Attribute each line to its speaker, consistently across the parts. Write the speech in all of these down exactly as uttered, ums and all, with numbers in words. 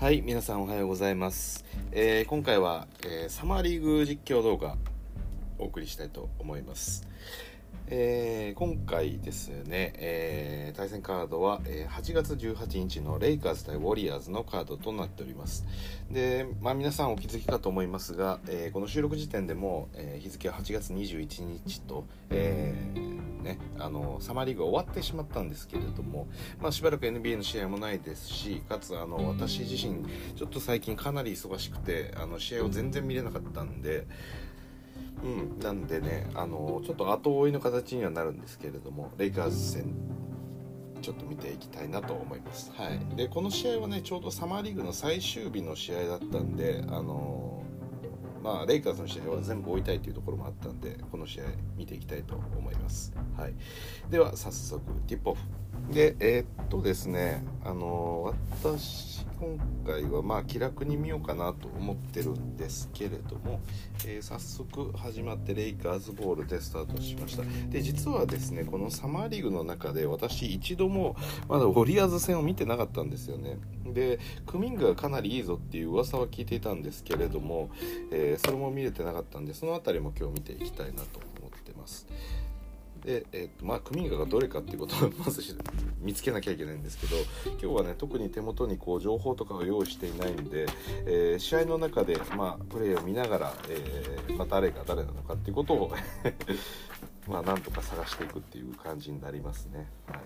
Speaker 1: はい、皆さんおはようございます。えー、今回は、えー、サマーリーグ実況動画お送りしたいと思います。えー、今回ですね、えー、対戦カードは、えー、はちがつじゅうはちにちのレイカーズ対ウォリアーズのカードとなっております。で、まあ皆さんお気づきかと思いますが、えー、この収録時点でも、えー、日付ははちがつにじゅういちにちと、えーね、あのサマーリーグが終わってしまったんですけれども、まあ、しばらく エヌビーエー の試合もないですし、かつあの私自身ちょっと最近かなり忙しくてあの試合を全然見れなかったんで、うん、なんでね、あのちょっと後追いの形にはなるんですけれども、レイカーズ戦ちょっと見ていきたいなと思います。はい、でこの試合はね、ちょうどサマーリーグの最終日の試合だったんで、あのまあレイカーズの試合は全部追いたいというところもあったんで、この試合見ていきたいと思います。はい、では早速ティップオフで、えー、っとですね、あの私今回はまあ気楽に見ようかなと思ってるんですけれども、えー、早速始まってレイカーズボールでスタートしました。で実はですね、このサマーリーグの中で私一度もまだウォリアーズ戦を見てなかったんですよね。でクミングがかなりいいぞっていう噂は聞いていたんですけれども、えー、それも見れてなかったんで、そのあたりも今日見ていきたいなと思ってます。で、えーとまあ、クミンガがどれかっていうことをまず見つけなきゃいけないんですけど、今日はね特に手元にこう情報とかを用意していないんで、えー、試合の中で、まあ、プレーを見ながら、えーまあ、誰が誰なのかっていうことをまあなんとか探していくっていう感じになりますね。はい、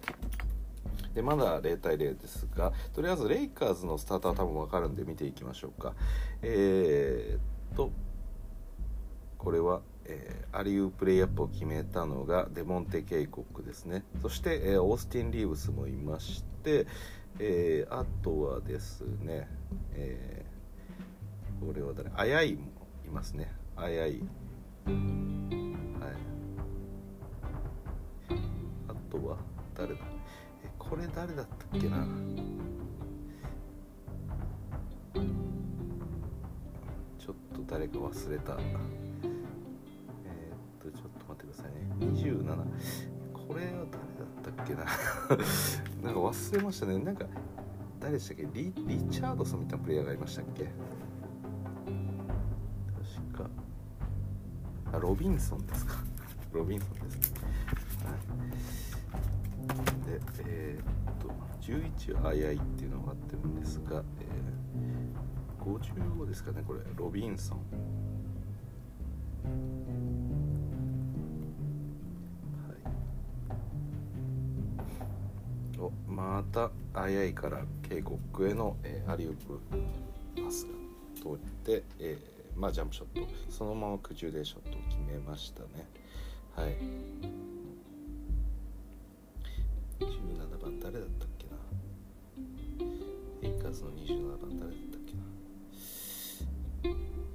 Speaker 1: でまだゼロたいゼロですが、とりあえずレイカーズのスターターは多分分かるんで見ていきましょうか。えー、っとこれはえー、アリウープレイアップを決めたのがデモンテ・ケイコックですね。そして、えー、オースティン・リーブスもいまして、えー、あとはですね、えー、これは誰、アヤイもいますね。アヤイ、はい、あとは誰だ、えこれ誰だったっけな、ちょっと誰か忘れた。ちょっと待ってくださいね。にじゅうなな、これは誰だったっけななんか忘れましたね。なんか誰でしたっけ、 リ, リチャードソンみたいなプレイヤーがいましたっけ。確かあロビンソンですかロビンソンですね。はい、でえー、っとじゅういちはアイアイっていうのがあってるんですが、えー、ごじゅうごですかね、これロビンソン。またアイアイからケイコックへの、えー、アリウープパスが通って、えーまあ、ジャンプショット、そのまま空中でショットを決めましたね。はい、じゅうななばん誰だったっけな、レイカーズのにじゅうななばん誰だったっけな、ちょっと待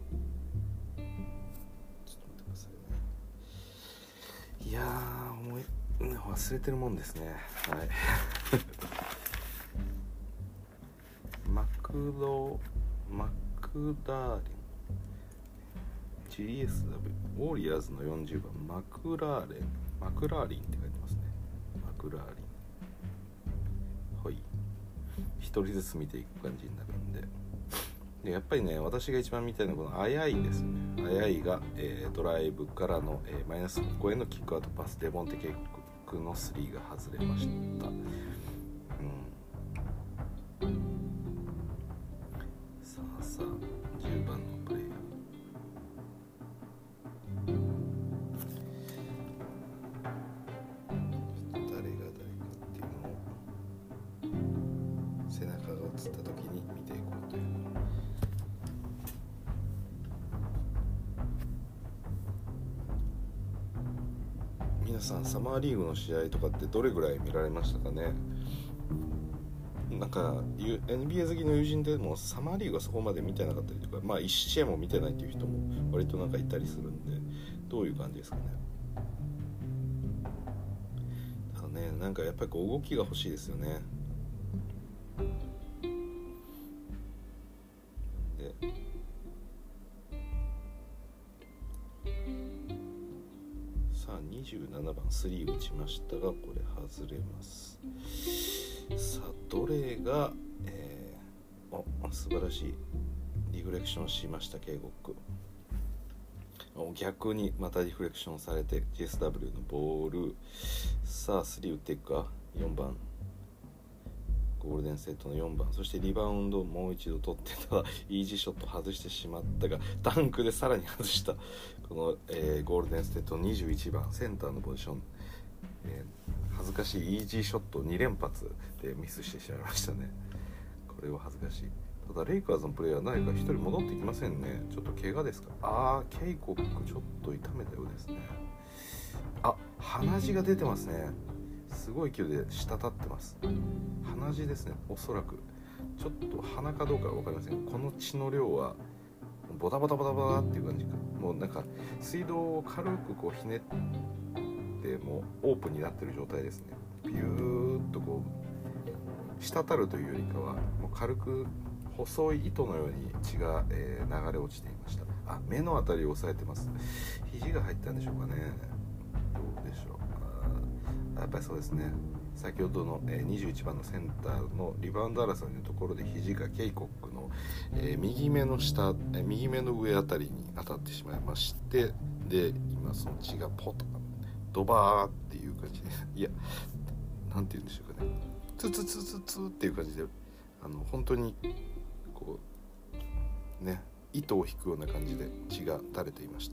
Speaker 1: ってくださいね。いやー思い忘れてるもんですね。はいマクロマクラーリン ジーエスダブリュー ウォリアーズのよんじゅうばんマクラーレンマクラーリンって書いてますね。マクラーリン、はい、一人ずつ見ていく感じになるんで、でやっぱりね、私が一番見たいのはこのアイアイですね。アイアイが、えー、ドライブからの、えー、マイナスごへんのキックアウトパス、デモンテ・ケイコックのスリーが外れました。さあさあじゅうばんのプレイヤー、誰が誰かっていうのを背中が映った時に見ていこうという。皆さんサマーリーグの試合とかってどれぐらい見られましたかね。なんか エヌビーエー 好きの友人でもサマーリーグはそこまで見てなかったりとか、まあいち試合も見てないっていう人も割となんかいたりするんで、どういう感じですかね。ただね、なんかやっぱりこう動きが欲しいですよね。でさあにじゅうななばんスリー打ちましたが、これ外れます。さあどれが、えー、 あ素晴らしいリフレクションしました。ケイコック逆にまたリフレクションされて ジェイエスダブリュー のボール、さあスリー打っていくか。よんばんゴールデンステートのよんばん、そしてリバウンドをもう一度取ってただイージーショット外してしまったがダンクでさらに外したこの、えー、ゴールデンステートのにじゅういちばんセンターのポジション、えー、恥ずかしいイージーショットをに連発でミスしてしまいましたね。これは恥ずかしい。ただレイカーズのプレイヤー何か一人戻ってきませんね。ちょっと怪我ですか。あーケイコックちょっと痛めたようですね。あ鼻血が出てますね。すごい勢いで滴ってます。鼻血ですね。おそらくちょっと鼻かどうかは分かりませんが、この血の量はボタボタボタボタっていう感じか。もうなんか水道を軽くこうひねってもうオープンになってる状態ですね。ビューッとこう滴るというよりかはもう軽く細い糸のように血が、えー、流れ落ちていました。あ目のあたりを押さえてます。肘が入ったんでしょうかね。どうでしょう。あやっぱりそうですね。先ほどの、えー、にじゅういちばんのセンターのリバウンド争いのところで肘がケイコックの、えー、右目の下、えー、右目の上あたりに当たってしまいまして、で今その血がポトドバーっていう感じでいやなんて言うんでしょうかね、ツツツツツっていう感じであの本当にこうね糸を引くような感じで血が垂れていました。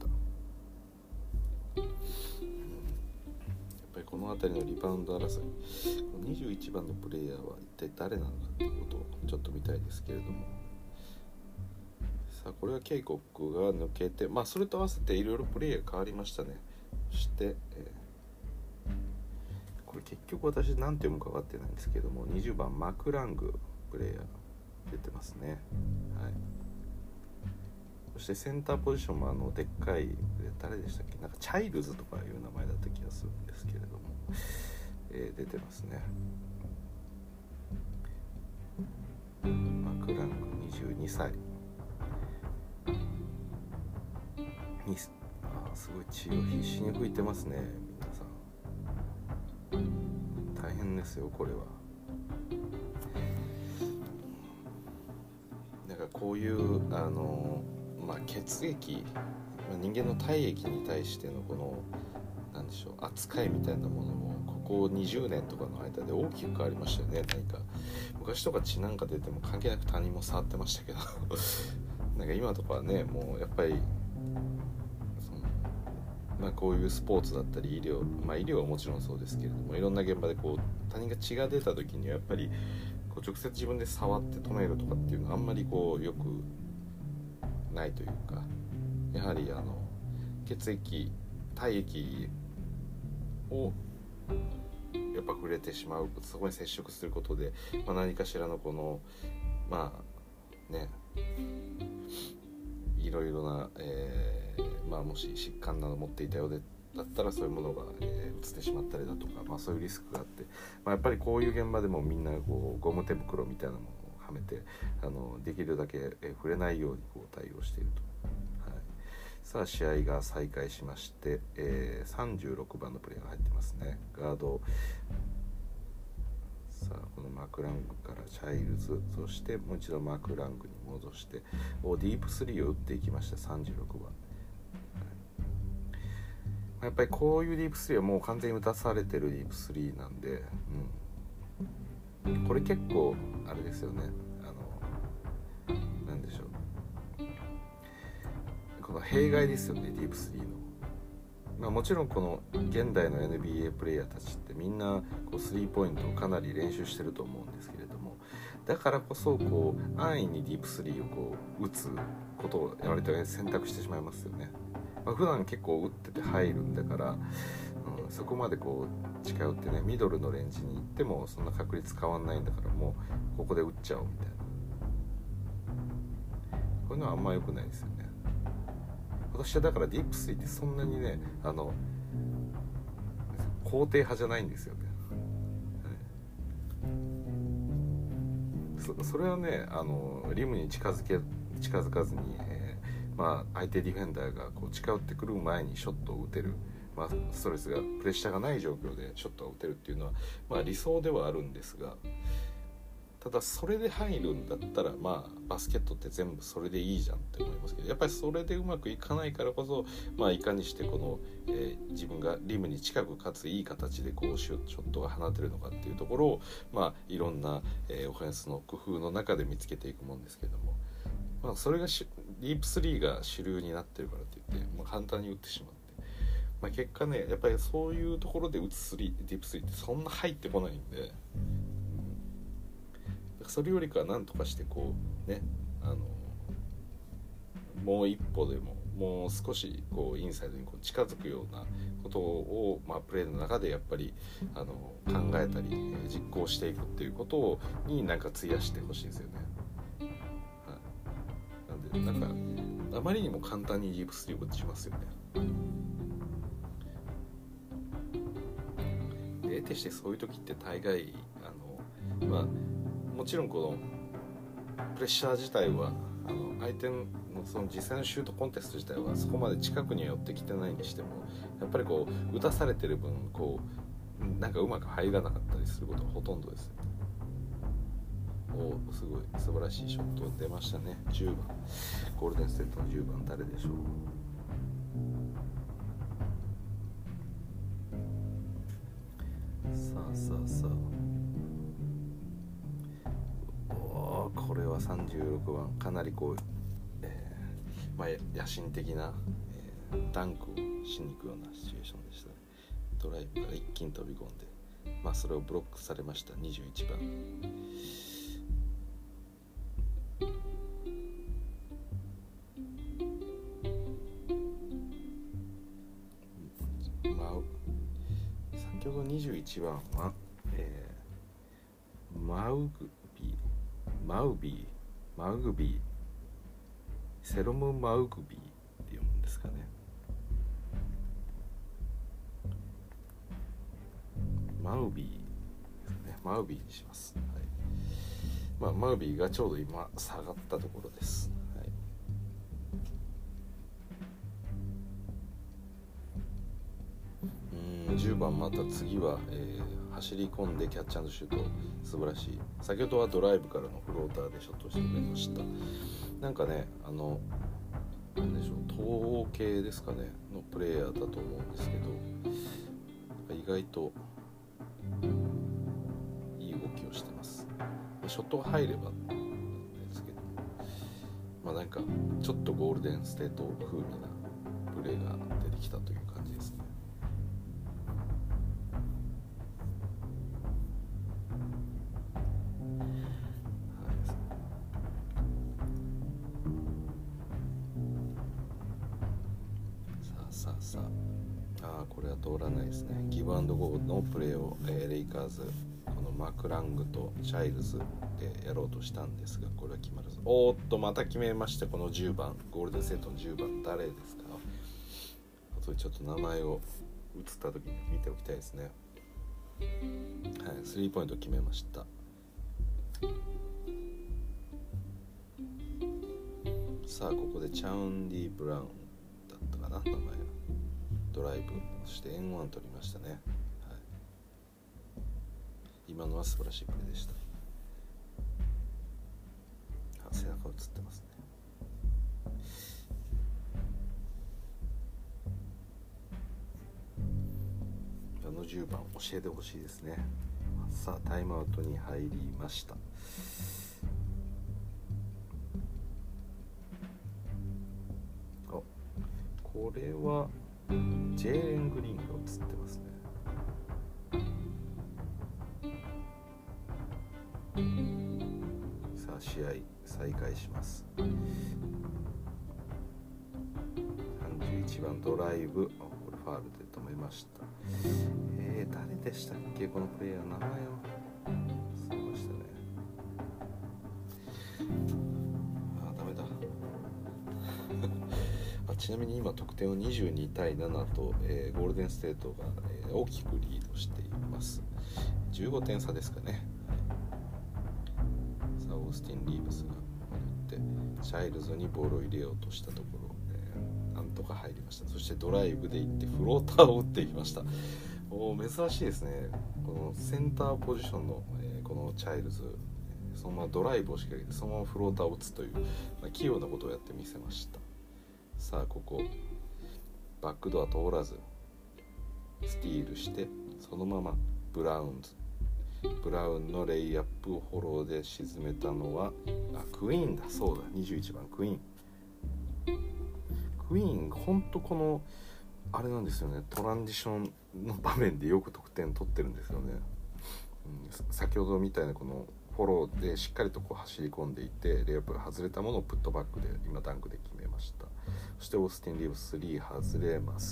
Speaker 1: この辺りのリバウンド争い、にじゅういちばんのプレイヤーは一体誰なのかということをちょっと見たいですけれども、さあこれはケイコックが抜けて、まあそれと合わせていろいろプレイヤー変わりましたね。そして、えー、これ結局私何て読むか分かってないんですけども、にじゅうばんマクラングプレイヤー出てますね。はい。そしてセンターポジションもあのでっかい誰でしたっけ、なんかチャイルズとかいう名前だった気がするんですけれども、えー、出てますね。マクラングにじゅうにさいにあすごい血を必死に拭いてますね。皆さん大変ですよこれは。だからこういうあのまあ、血液、まあ、人間の体液に対してのこのなんでしょう扱いみたいなものもここにじゅうねんとかの間で大きく変わりましたよね。何か昔とか血なんか出ても関係なく他人も触ってましたけどなんか今とかはねもうやっぱりその、まあ、こういうスポーツだったり医療、まあ、医療はもちろんそうですけれども、いろんな現場でこう他人が血が出た時にはやっぱりこう直接自分で触って止めるとかっていうのはあんまりこうよくないというか、やはりあの血液体液をやっぱ触れてしまう、そこに接触することで、まあ、何かしらのこのまあねいろいろな、えー、まあもし疾患など持っていたようでだったらそういうものが、えー、移ってしまったりだとか、まあ、そういうリスクがあって、まあ、やっぱりこういう現場でもみんなこうゴム手袋みたいなものをはめてあのできるだけ、えー、触れないようにこう対応していると。さあ試合が再開しまして、えー、さんじゅうろくばんのプレーが入ってますね。ガード、さあこのマクラングからチャイルズ、そしてもう一度マクラングに戻しておディープスリーを打っていきました。さんじゅうろくばん、はい、やっぱりこういうディープスリーはもう完全に打たされてるディープスリーなんで、うん、これ結構あれですよね、あのなんでしょう、この弊害ですよね、ディープスリーの。まあ、もちろんこの現代の エヌビーエー プレイヤーたちってみんなこうスリーポイントをかなり練習してると思うんですけれども、だからこそこう安易にディープスリーをこう打つことを割と選択してしまいますよね。まあ、普段結構打ってて入るんだから、うん、そこまでこう近寄ってねミドルのレンジに行ってもそんな確率変わんないんだから、もうここで打っちゃおうみたいな、こういうのはあんま良くないですよね。私はだからディープスリーってそんなにねあの肯定派じゃないんですよね、はい、そ, それはねあのリムに近づけ近づかずに、えーまあ、相手ディフェンダーがこう近寄ってくる前にショットを打てる、まあ、ストレスがプレッシャーがない状況でショットを打てるっていうのは、まあ、理想ではあるんですが、 ただそれで入るんだったらまあバスケットって全部それでいいじゃんって思いますけど、やっぱりそれでうまくいかないからこそ、まあいかにしてこの、えー、自分がリムに近くかついい形でこうショットが放てるのかっていうところを、まあいろんな、えー、オフェンスの工夫の中で見つけていくもんですけども、まあそれがしディープスリーが主流になってるからって言って、まあ、簡単に打ってしまって、まあ、結果ねやっぱりそういうところで打つスリーディープスリーってそんな入ってこないんで、それよりかは何とかしてこうね、あのもう一歩でももう少しこうインサイドにこう近づくようなことを、まあ、プレーの中でやっぱりあの考えたり実行していくっていうことをになんか費やしてほしいですよね。はい、なんでなんかあまりにも簡単にディープスリーを打ちますよね。で得てしてそういう時って大概あのまあもちろんこのプレッシャー自体はあの相手のその実際のシュートコンテスト自体はそこまで近くには寄ってきてないにしても、やっぱりこう打たされてる分こうなんかうまく入らなかったりすることがほとんどですよね。おすごい素晴らしいショット出ましたね。じゅうばんゴールデンステートのじゅうばん誰でしょう。さあさあさあ、これはさんじゅうろくばんかなりこう、えーまあ、野心的な、えー、ダンクをしに行くようなシチュエーションでしたね。ドライブから一気に飛び込んで、まあ、それをブロックされました。にじゅういちばん先ほどにじゅういちばんは、えー、マウグビーマウビーマウグビーセロム・マウグビーって読むんですかね。マウビーですね。マウビーにします。はい、まあ、マウビーがちょうど今下がったところです。はい、うんじゅうばんまた次は、えー、走り込んでキャッチ&シュート素晴らしい。先ほどはドライブからのフローターでショットしてくれました。なんかねあのなんでしょう東欧系ですかねのプレイヤーだと思うんですけど、意外といい動きをしてます。ショットが入ればですけど、まあなんかちょっとゴールデンステート風味なプレーが出てきたという感じですね。さあさあ、あこれは通らないですね。ギブアンドゴーのプレーを、えー、レイカーズこのマクラングとチャイルズでやろうとしたんですが、これは決まらず。おーっとまた決めまして、このじゅうばんゴールデンセットのじゅうばん誰ですか。あとちょっと名前を打った時に見ておきたいですね。はい、スリーポイント決めました。さあここでチャウンディ・ブラウンだったかな名前が。ドライブそしてエンワン取りましたね。はい、今のは素晴らしいプレーでした。あ背中映ってますね。あのじゅうばん教えてほしいですね。さあタイムアウトに入りました。あこれはジェーレン・グリーンが映ってますね。さあ試合再開します。さんじゅういちばんドライブ、あこれファールで止めました。えー、誰でしたっけこのプレイヤー名前を忘れましたね。あダメだあちなみに今得点をにじゅうにたいななと、えー、ゴールデンステートが、えー、大きくリードしています。じゅうごてん差ですかね。さあオースティン・リーブスが戻ってチャイルズにボールを入れようとしたところ、えー、なんとか入りました。そしてドライブで行ってフローターを打っていきました。お珍しいですね。このセンターポジションの、えー、このチャイルズそのままドライブを仕掛けてそのままフローターを打つという、まあ、器用なことをやってみせました。さあここバックドア通らずスティールしてそのままブラウンズブラウンのレイアップをフォローで沈めたのはあクイーンだ。そうだにじゅういちばんクイーンクイーンほんとこのあれなんですよね、トランジションの場面でよく得点取ってるんですよね、うん、先ほどみたいなこのフォローでしっかりとこう走り込んでいてレイアップが外れたものをプットバックで今ダンクで決めました。そしてオースティン・リーブススリー外れます、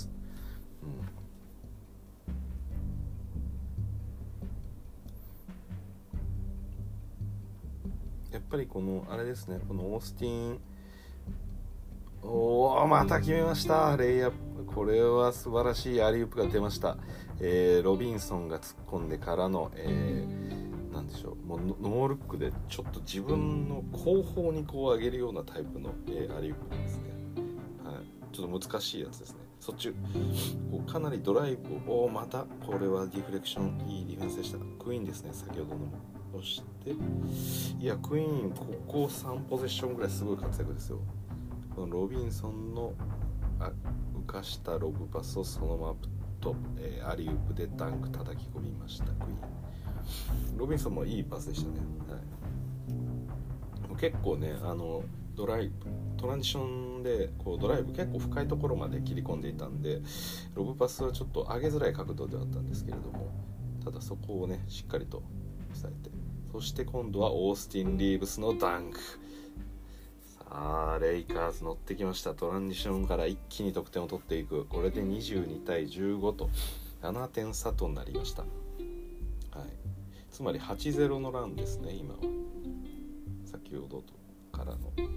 Speaker 1: うん、やっぱりこのあれですね、このオースティンおーまた決めました。レイアップこれは素晴らしいアリウープが出ました、えー、ロビンソンが突っ込んでからの、えー、なんでしょうもうノールックでちょっと自分の後方にこう上げるようなタイプの、えー、アリウープですね、はい、ちょっと難しいやつですね。そっちこうかなりドライブをまたこれはディフレクションいいディフェンスでした。クイーンですね先ほどのも。そしていやクイーンここさんポゼッションぐらいすごい活躍ですよ。このロビンソンのあ浮かしたロブパスをそのままと、えー、アリウープでダンク叩き込みました。クイーンロビンソンもいいパスでしたね、はい、結構ねあのドライブトランジションでこうドライブ結構深いところまで切り込んでいたんでロブパスはちょっと上げづらい角度ではあったんですけれども、ただそこをねしっかりと抑えて、そして今度はオースティン・リーブスのダンク。さあレイカーズ乗ってきました。トランジションから一気に得点を取っていく。これでにじゅうにたいじゅうごとななてん差となりました、はい、つまり はちたいゼロ のランですね今は。先ほどからの、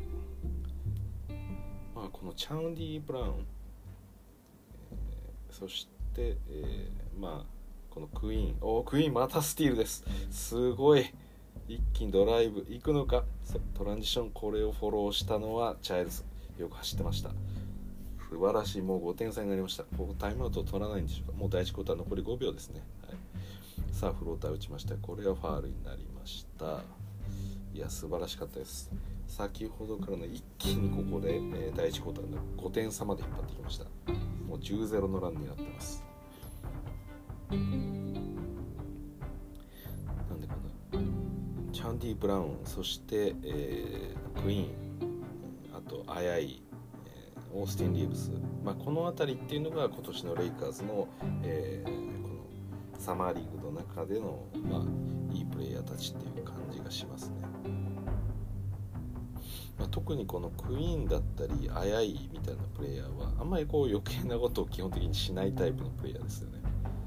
Speaker 1: まあ、このチャウンディ・ブラウン、えー、そして、えー、まあこのクイーンおークイーンまたスティールです。すごい一気にドライブ行くのか。トランジションこれをフォローしたのはチャイルズよく走ってました。素晴らしい。もうごてん差になりました。ここタイムアウトを取らないんでしょうか。もう第一クォーター残りごびょうですね、はい、さあフローター打ちました。これはファールになりました。いや素晴らしかったです。先ほどからの一気にここで、えー、第一クォーターのごてん差まで引っ張ってきました。もう じゅうたいゼロ のランになってます。なんでこのチャンディ・ブラウン、そして、えー、クイーン、あとアヤイ、えー、オースティン・リーブス、まあ、この辺りっていうのが今年のレイカーズの、えー、このサマーリーグの中での、まあ、いいプレイヤーたちっていう感じがしますね。まあ、特にこのクイーンだったりアヤイみたいなプレイヤーはあんまりこう余計なことを基本的にしないタイプのプレイヤーですよね。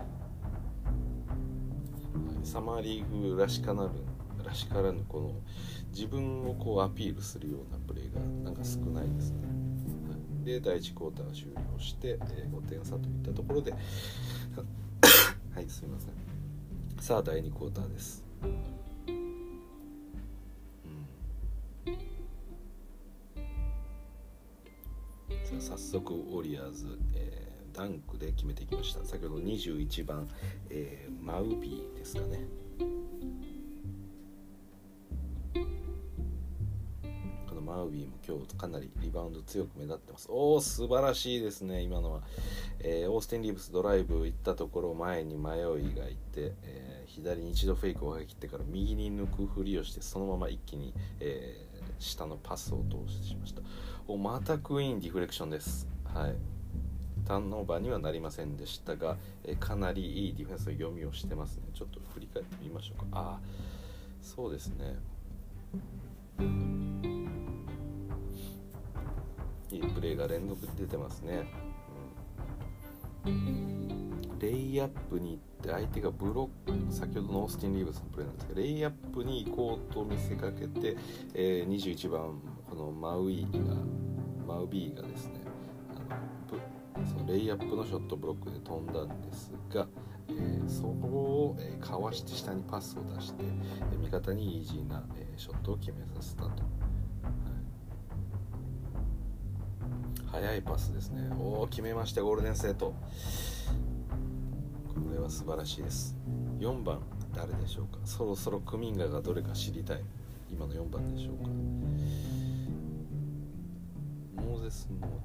Speaker 1: サマーリーグらしからぬらしからぬこの自分をこうアピールするようなプレーがなんか少ないですね。でだいいちクォーター終了して、えー、ごてん差といったところではいすみません。さあだいにクォーターです。うん、さあ早速ウォリアーズ、えーダンクで決めていきました。先ほどにじゅういちばん、えー、マウビーですかね。このマウビーも今日かなりリバウンド強く目立ってます。おー素晴らしいですね今のは、えー、オースティン・リーブスドライブ行ったところ前に迷いがいて、えー、左に一度フェイクをかけ切ってから右に抜くふりをしてそのまま一気に、えー、下のパスを通してしました。おまたクイーンディフレクションです。はい、ターンオーバーにはなりませんでしたが、えかなりいいディフェンスの読みをしてますね。ちょっと振り返ってみましょうか。ああそうですね、いいプレーが連続で出てますね、うん、レイアップに行って相手がブロック、先ほどのオースティン・リーブスのプレーなんですけどレイアップに行こうと見せかけて、えー、にじゅういちばんこのマウイがマウビーがですねそのレイアップのショットブロックで飛んだんですが、えー、そこを、えー、かわして下にパスを出して、えー、味方にイージーな、えー、ショットを決めさせたと、はい、速いパスですね。おー決めました。ゴールデンセット。これは素晴らしいです。よんばん誰でしょうか。そろそろクミンガがどれか知りたい。 今のよんばんでしょうか。モーゼス・モーテ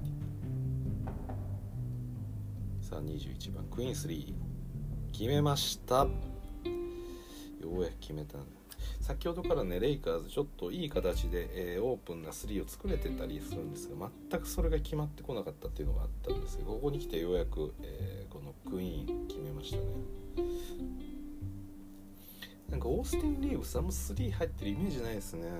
Speaker 1: ィ。さあにじゅういちばんクイーンスリー決めました。ようやく決めたんだ。先ほどからねレイカーズちょっといい形で、えー、オープンなスリーを作れてたりするんですが、全くそれが決まってこなかったっていうのがあったんですが、ここに来てようやく、えー、このクイーン決めましたね。なんかオースティン・リーブスあんまスリー入ってるイメージないですね。うん。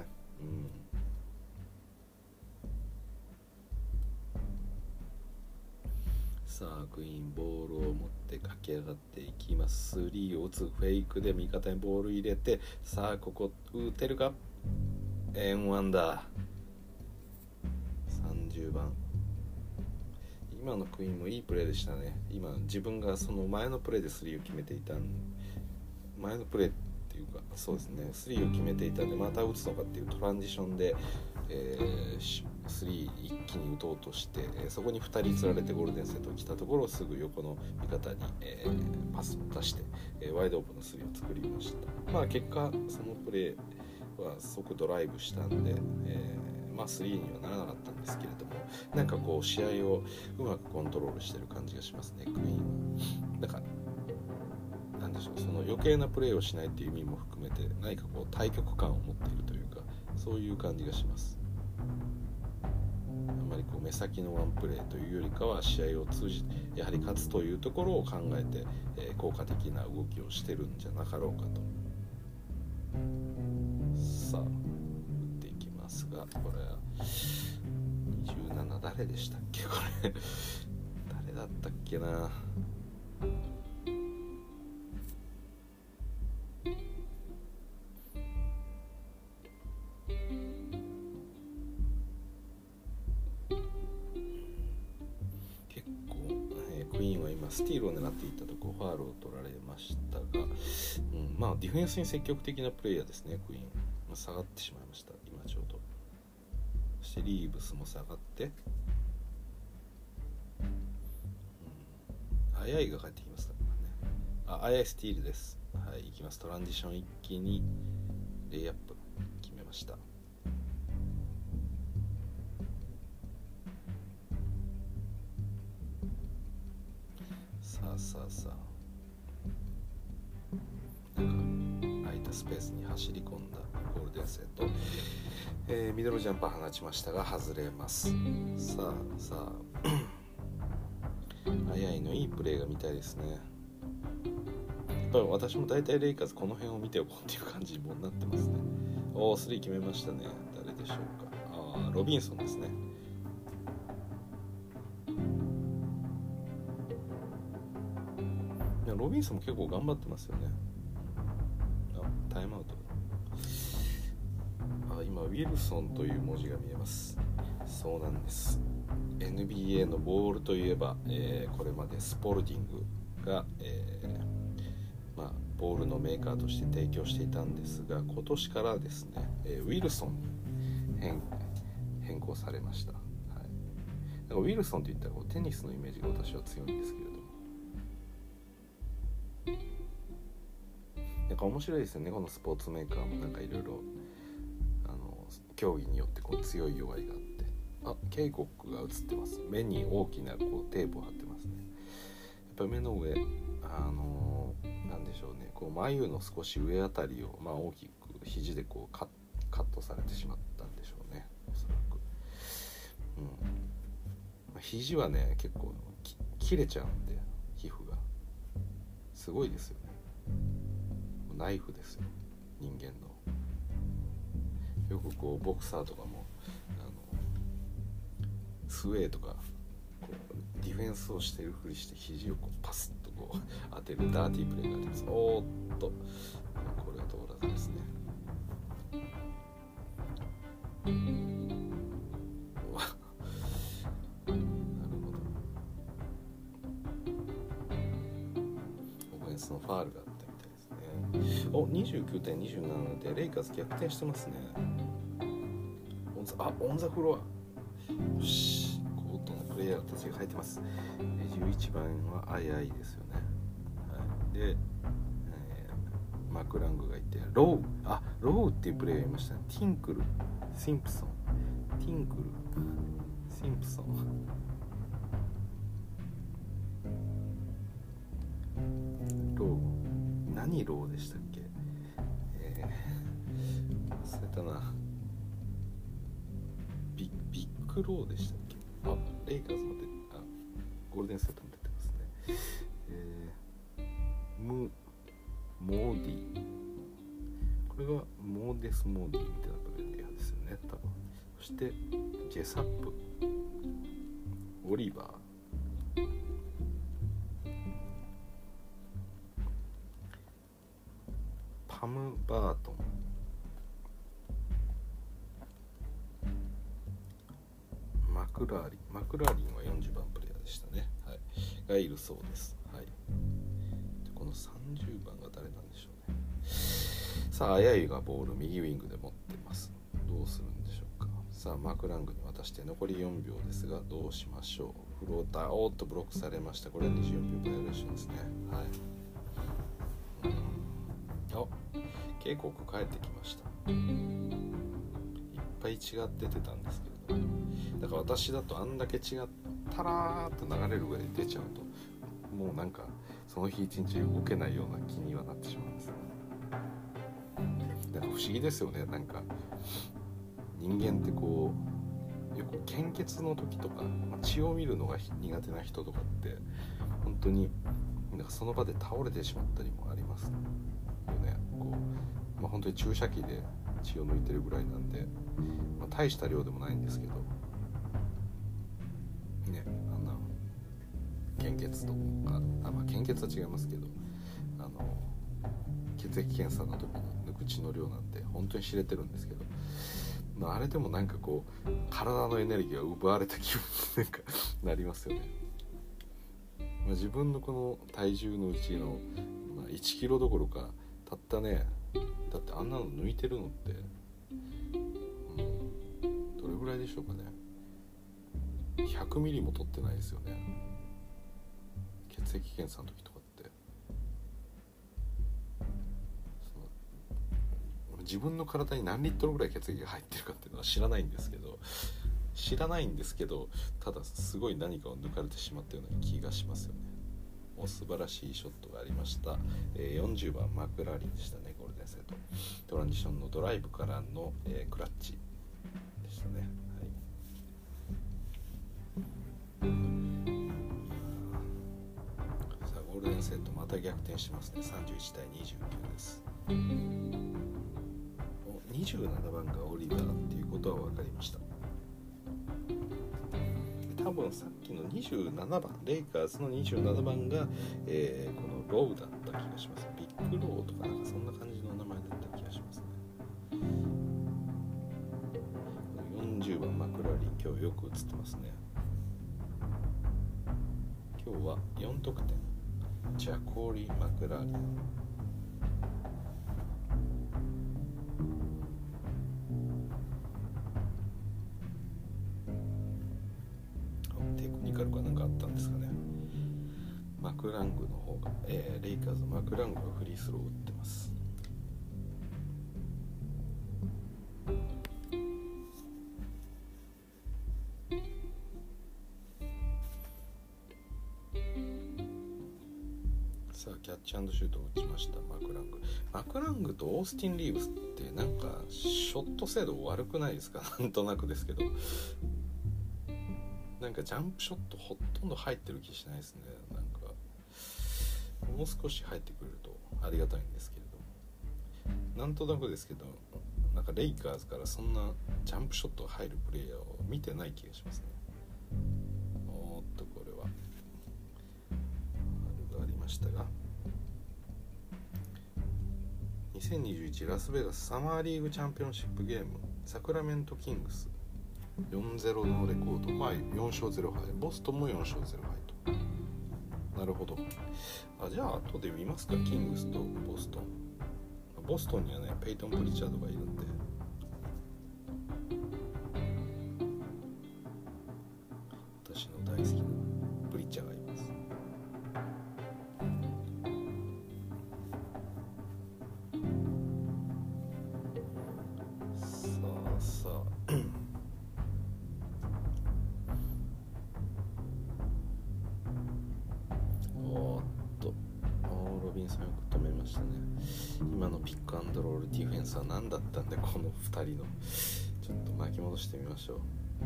Speaker 1: さあクイーンボールを持って駆け上がっていきます。スリーを打つフェイクで味方にボール入れて、さあここ打てるか。エンワンだ。さんじゅうばん。今のクイーンもいいプレーでしたね。今自分がその前のプレーでスリーを決めていたん前のプレーっていうかそうですねスリーを決めていたんで、また打つのかっていうトランジションで、えー、スリー一気に打とうとして、えー、そこにふたり釣られてゴールデンセットが来たところをすぐ横の味方に、えー、パスを出して、えー、ワイドオープンのスリーを作りました。まあ結果そのプレーは即ドライブしたんで、えー、まあスリーにはならなかったんですけれども、なんかこう試合をうまくコントロールしてる感じがしますねクイーンは。なんかなんでしょう、その余計なプレーをしないっていう意味も含めて何かこう対極感を持っているというか、そういう感じがします。あんまりこう目先のワンプレーというよりかは試合を通じてやはり勝つというところを考えて、えー、効果的な動きをしてるんじゃなかろうかと。さあ打っていきますが、これはにじゅうなな誰でしたっけこれ誰だったっけな。スティールを狙っていったところファウルを取られましたが、うん、まあディフェンスに積極的なプレイヤーですねクイーン、まあ、下がってしまいました今ちょうど。そしてリーブスも下がって、うん、アヤイが帰ってきますからね。あ、アヤイスティールです。はい、いきます。トランジション一気にレイアップ決めました。さあさあさあ、なんか空いたスペースに走り込んだゴールデンセット、えー、ミドルジャンパー放ちましたが外れます。さあさあ、アヤイのいいプレーが見たいですね。やっぱり私も大体レイカーズこの辺を見ておこうっていう感じにもなってますね。おースリー決めましたね。誰でしょうか。あーロビンソンですね。ロビンソンも結構頑張ってますよね。あ、タイムアウト。あ、今ウィルソンという文字が見えます。そうなんです。 エヌビーエー のボールといえば、えー、これまでスポルティングが、えーまあ、ボールのメーカーとして提供していたんですが、今年からですね、えー、ウィルソンに 変, 変更されました。はい、なんかウィルソンといったらテニスのイメージが私は強いんですけれども、なんか面白いですよねこのスポーツメーカーも。なんかいろいろ競技によってこう強い弱いがあって、あ、ケイコックが映ってます。目に大きなこうテープを貼ってますね。やっぱ目の上、あのー、なんでしょうね、こう眉の少し上あたりを、まあ、大きく肘でこうカッ、カットされてしまったんでしょうね、おそらく。うんまあ、肘はね結構き切れちゃうんで、皮膚がすごいですよね。ナイフですよ人間の。よくこうボクサーとかもあのスウェーとかこうディフェンスをしているふりして肘をこうパスッとこう当てるダーティープレーがあります。おーっとこれは通らずですね。なるほど。オフェンスのファールがあったみたいですね。お、にじゅうきゅうてんにじゅうななでレイカーズ逆転してますね。あ、オンザフロア。よし、コートのプレイヤーたちが入ってます。じゅういちばんはアイアイですよね。はい、で、えー、 マクラングがいて、ローあローっていうプレイヤーいましたね。ティンクル、シンプソン、ティンクル、シンプソン、ロー、何ローでしたっけ、えー、忘れたな。ビビッグローでしたっけ。あ、レイカーズも出て、あ、ゴールデンセットも出てますね。えー、ムモーディ、これがモーデスモーディみたいなプレイヤーですよね、多分。そしてジェサップ、オリバー、パム・バートン、マクラーリン、マクラーリンはよんじゅうばんプレイヤーでしたね、はい、がいるそうです、はい、でこのさんじゅうばんが誰なんでしょうね。さあ、あやゆがボール右ウィングで持ってます。どうするんでしょうか。さあ、マクラングに渡して残りよんびょうですが、どうしましょう。フローター、おーっとブロックされました。これはにじゅうよんびょうバイオレーションですね。はい、うん、あ、警告帰ってきました。いっぱい違って出たんですけど、だから私だとあんだけ違ったらーっと流れるぐらい出ちゃうと、もうなんかその日一日動けないような気にはなってしまうんですよね。だから不思議ですよね。なんか人間ってこうよく献血の時とか、まあ、血を見るのが苦手な人とかって本当になんかその場で倒れてしまったりもありますよね。こう、まあ、本当に注射器で血を抜いてるぐらいなんで、まあ、大した量でもないんですけどね、あんな献血とか、あ、まあ、献血は違いますけど、あの血液検査の時に抜く血の量なんて本当に知れてるんですけど、まあ、あれでもなんかこう体のエネルギーが奪われた気分になんかなりますよね。まあ、自分のこの体重のうちの、まあ、いちキロどころかたったね、だってあんなの抜いてるのって、うん、どれぐらいでしょうかね。ひゃくミリも取ってないですよね、血液検査の時とかって。その自分の体に何リットルぐらい血液が入ってるかっていうのは知らないんですけど知らないんですけどただすごい何かを抜かれてしまったような気がしますよね。お素晴らしいショットがありました、えー、よんじゅうばんマクラーリンでしたね。ゴールデンセットトランジションのドライブからの、えー、クラッチでしたね。さあ、ゴールデンセットまた逆転しますね。さんじゅういちたいにじゅうきゅうです。にじゅうななばんがオリバーっていうことは分かりました。多分さっきのにじゅうななばん、レイカーズのにじゅうななばんが、えー、このローだった気がします。ビッグローとかなんかそんな感じの名前だった気がしますね。よんじゅうばんマクラーリン、今日よく映ってますね。今日はよんとくてん、ジャコーリー・マクラーリン。テクニカルかなんかあったんですかね。マクラングの方が、えー、レイカーズマクラングがフリースローを打ってます。さあ、キャッチ&シュートを打ちましたマクラング。マクラングとオースティン・リーブスってなんかショット精度悪くないですか？なんとなくですけど、なんかジャンプショットほとんど入ってる気しないですね。なんかもう少し入ってくれるとありがたいんですけれども、なんとなくですけど、なんかレイカーズからそんなジャンプショットが入るプレイヤーを見てない気がしますね。おーっと、これはあるがありましたが、にせんにじゅういちラスベガスサマーリーグチャンピオンシップゲームサクラメントキングスよんたいゼロのレコード、まあよんしょうゼロはい、ボストンもよんしょうゼロはいと。なるほど。あ、じゃあ後で見ますか。キングスとボストン。ボストンにはねペイトン・プリチャードがいるんで、私の大好きなプリチャーがいます。 のピックアンドロールディフェンスは何だったんで、このふたりのちょっと巻き戻してみましょう。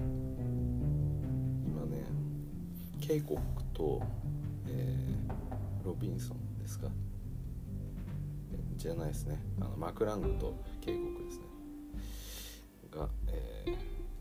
Speaker 1: 今ね、ケイコックと、えー、ロビンソンですかじゃないですね、あのマクラングとケイコックですねが、えー、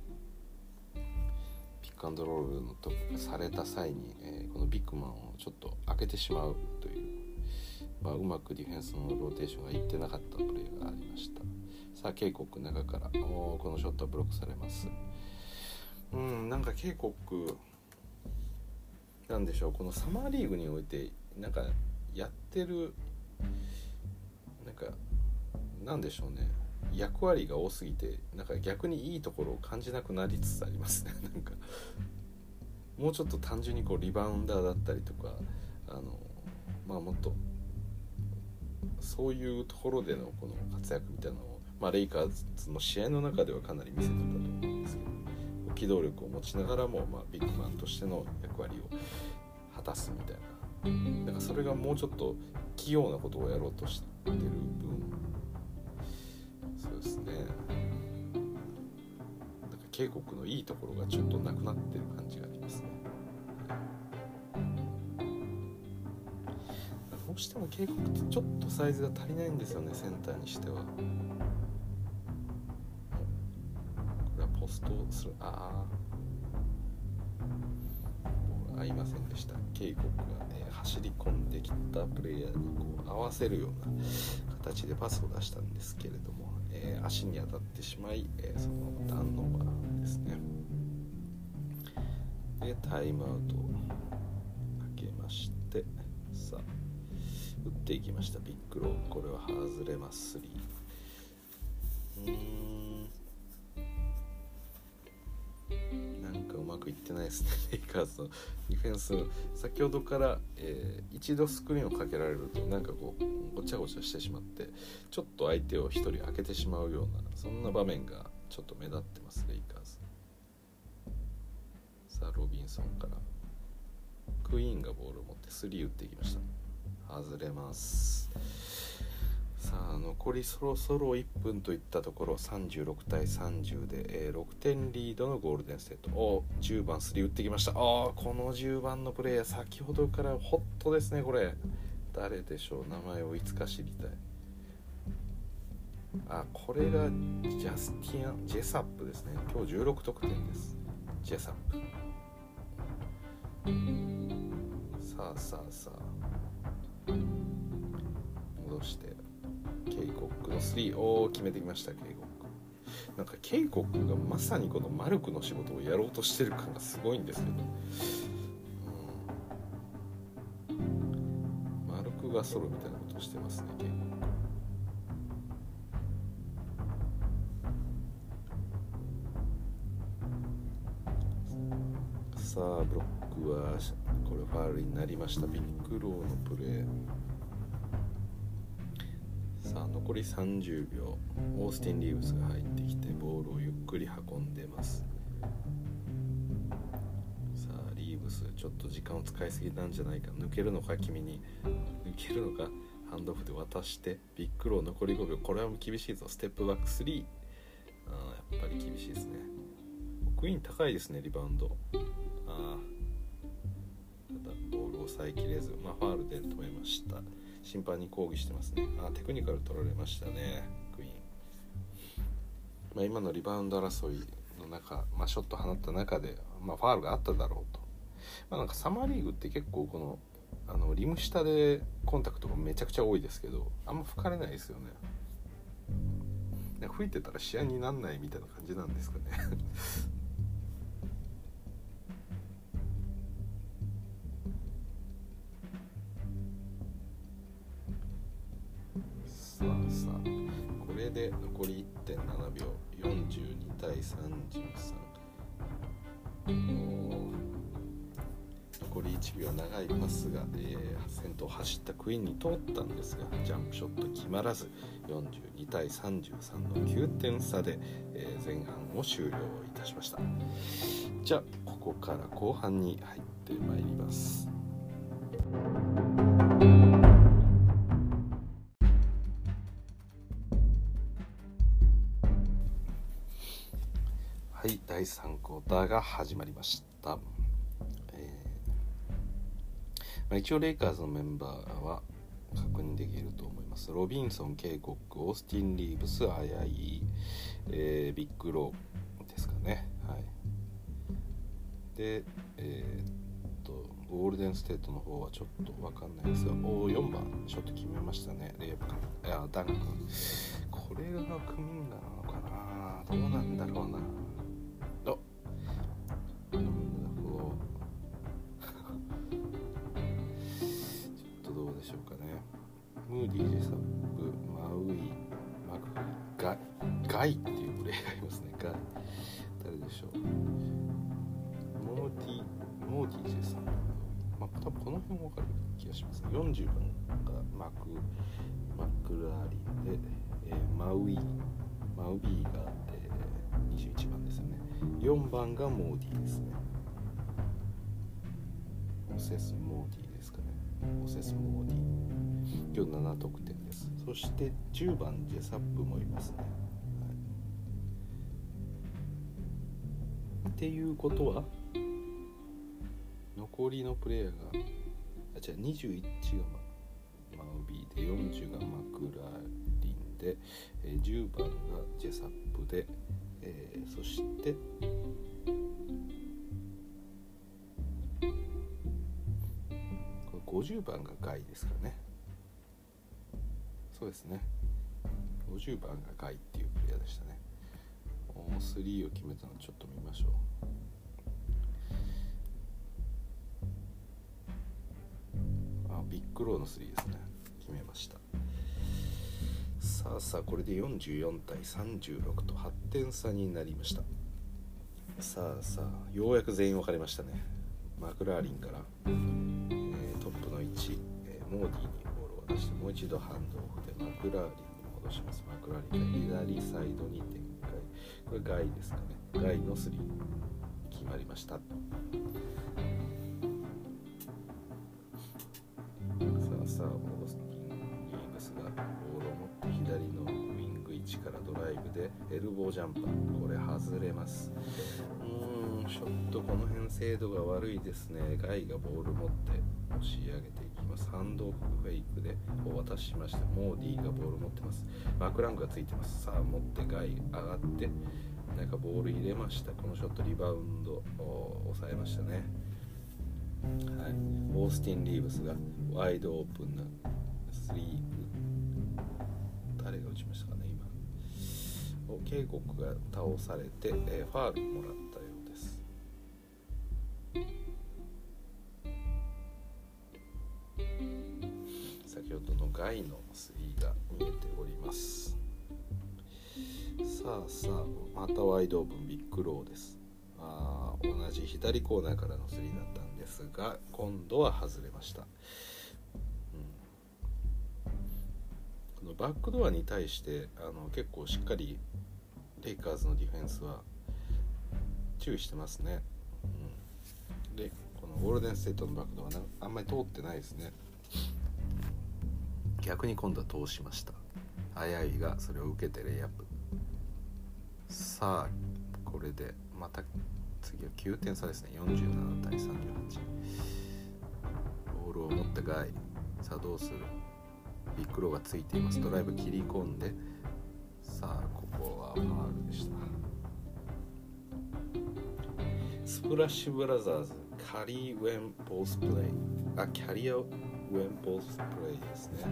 Speaker 1: ピックアンドロールのとされた際に、えー、このビッグマンをちょっと開けてしまうという、まあ、うまくディフェンスのローテーションがいってなかったプレーがありました。さあケイコック中から、おこのショットはブロックされます。うん、なんかケイコックなんでしょう、このサマーリーグにおいてなんかやってるなんかなんでしょうね、役割が多すぎてなんか逆にいいところを感じなくなりつつありますね。なんかもうちょっと単純にこうリバウンダーだったりとか、あのまあもっとそういうところでのこの活躍みたいなのを、まあ、レイカーズの試合の中ではかなり見せてたと思うんですけど、機動力を持ちながらも、まあ、ビッグマンとしての役割を果たすみたいな、なんかそれがもうちょっと器用なことをやろうとしてる分、そうですね、なんか警告のいいところがちょっとなくなってる感じがありますね。どうしても警告ってちょっとサイズが足りないんですよね、センターにしては。これはポストする、ああ合いませんでした。警告が、えー、走り込んできたプレイヤーにこう合わせるような形でパスを出したんですけれども、えー、足に当たってしまい、えー、そのターンオーバーですね。でタイムアウトをかけまして、さあ打っていきました。ビッグロー、これは外れます。スリー、うーんなんかうまくいってないですね。レイカーズのディフェンス、先ほどから、えー、一度スクリーンをかけられるとなんかこうごちゃごちゃしてしまって、ちょっと相手を一人開けてしまうような、そんな場面がちょっと目立ってます、レイカーズ。さあロビンソンからクイーンがボールを持ってスリー打っていきました。外れます。さあ残りそろそろいっぷんといったところ、さんじゅうろくたいさんじゅうで、えー、ろくてんリードのゴールデンステート。おじゅうばんスリー打ってきました。あこのじゅうばんのプレイヤー、先ほどからホットですね。これ誰でしょう、名前をいつか知りたい。あこれがジャスティアン・ジェサップですね。今日じゅうろくとくてんです。ジェサップ。さあさあさあ戻してケイコックのスリーを決めてきました。ケイコック、なんかケイコックがまさにこのマルクの仕事をやろうとしてる感がすごいんですけど、うん、マルクがソロみたいなことをしてますね、ケイコック。さあブロックはこれファウルになりました。ビッグローのプレー。さあ残りさんじゅうびょう、オースティン・リーブスが入ってきてボールをゆっくり運んでます。さあリーブスちょっと時間を使いすぎなんじゃないか、抜けるのか、君に抜けるのか、ハンドオフで渡してビッグロー残りごびょう、これは厳しいぞ。ステップバックスリー、あやっぱり厳しいですね。クイーン高いですね、リバウンド。あただボールを抑えきれず、まあ、ファウルで止めました。審判に抗議してますね。あテクニカル取られましたね、クイーン。まあ、今のリバウンド争いの中、まあ、ショット放った中で、まあ、ファウルがあっただろうと。まあ、なんかサマーリーグって結構このあのリム下でコンタクトがめちゃくちゃ多いですけど、あんま吹かれないですよね。吹いてたら試合になんないみたいな感じなんですかね。さあさあこれで残り いってんななびょう、よんじゅうにたいさんじゅうさん、残りいちびょう、長いパスが、えー、先頭走ったクイーンに通ったんですが、ジャンプショット決まらず、よんじゅうにたいさんじゅうさんのきゅうてんさで、えー、前半を終了いたしました。じゃあここから後半に入ってまいります。 はい、だいさんクォーターが始まりました。えーまあ、一応レイカーズのメンバーは確認できると思います。ロビンソン、ケイコック、オースティン・リーブス、アヤイ、えー、ビッグローですかね。はい。で、えー、っとゴールデンステートの方はちょっと分かんないですが、およんばんショット決めましたね。レイアップかいやダンク。これがクミンガなのかな、どうなんだろうな。あ、なるほど。ちょっとどうでしょうかね。ムーディー、ジェサップ、マウイ、マクフリー、ガイ、ガイっていうプレイがありますね。ガイ、誰でしょう。モーティ、モーディー、ジェサップ、まあ多分この辺分かる気がします。よんじゅうばんがマク、マクラーリンで、えー、マウイ、マウビーが、えー、にじゅういちばんですよね。よんばんがモーディーですね。オセスモーディーですかね。オセスモーディー。今日なな得点です。そしてじゅうばんジェサップもいますね。はい、っていうことは残りのプレイヤーがあじゃあにじゅういちがマウビーでよんじゅうがマクラーリンで、えー、じゅうばんがジェサップで、えー、そしてごじゅうばんがガイですかね。そうですね。ごじゅうばんがガイっていうプレイヤーでしたね。スリーを決めたのちょっと見ましょう。あ、ビッグローのスリーですね。決めました。さあさあ、これでよんじゅうよんたいさんじゅうろくとはってん差になりました。さあさあ、ようやく全員分かれましたね。マクラーリンから、えー、トップのいち、えー、モーディにボールを出して、もう一度ハンドオフでマクラーリンに戻します。マクラーリンが左サイドに展開。これガイですかね。ガイのスリー決まりました。さあさあ、オースティン・リーブスがボールを持って左のウィングいちからドライブでエルボージャンパー、これ外れます。うーん、ちょっとこの辺精度が悪いですね。ガイがボール持って押し上げていきます。ハンドオフフェイクでお渡ししまして、モーディーがボール持ってます。マクラングがついてます。さあ持ってガイ上がってなんかボール入れました。このショットリバウンドを抑えましたね。はい、オースティン・リーブスがワイドオープンなスリー、誰が打ちましたかね。今警告が倒されて、えー、ファールもらったようです。先ほどのガイのスリーが見えております。さあさあ、またワイドオープン、ビッグローです。あ、同じ左コーナーからのスリーだったんですが、今度は外れました。うん、このバックドアに対してあの結構しっかりレイカーズのディフェンスは注意してますね。うん、でこのゴールデンステートのバックドアあんまり通ってないですね。逆に今度は通しました。アヤイがそれを受けてレイアップ。さあこれでまた次はきゅうてん差ですね。よんじゅうななたいさんじゅうはち。ボールを持ってガイ、さあどうする。ビッグローがついています。ドライブ切り込んで、さあここはファールでした。スプラッシュブラザーズカリーウェンポースプレイ、あキャリアウェンポースプレイですね。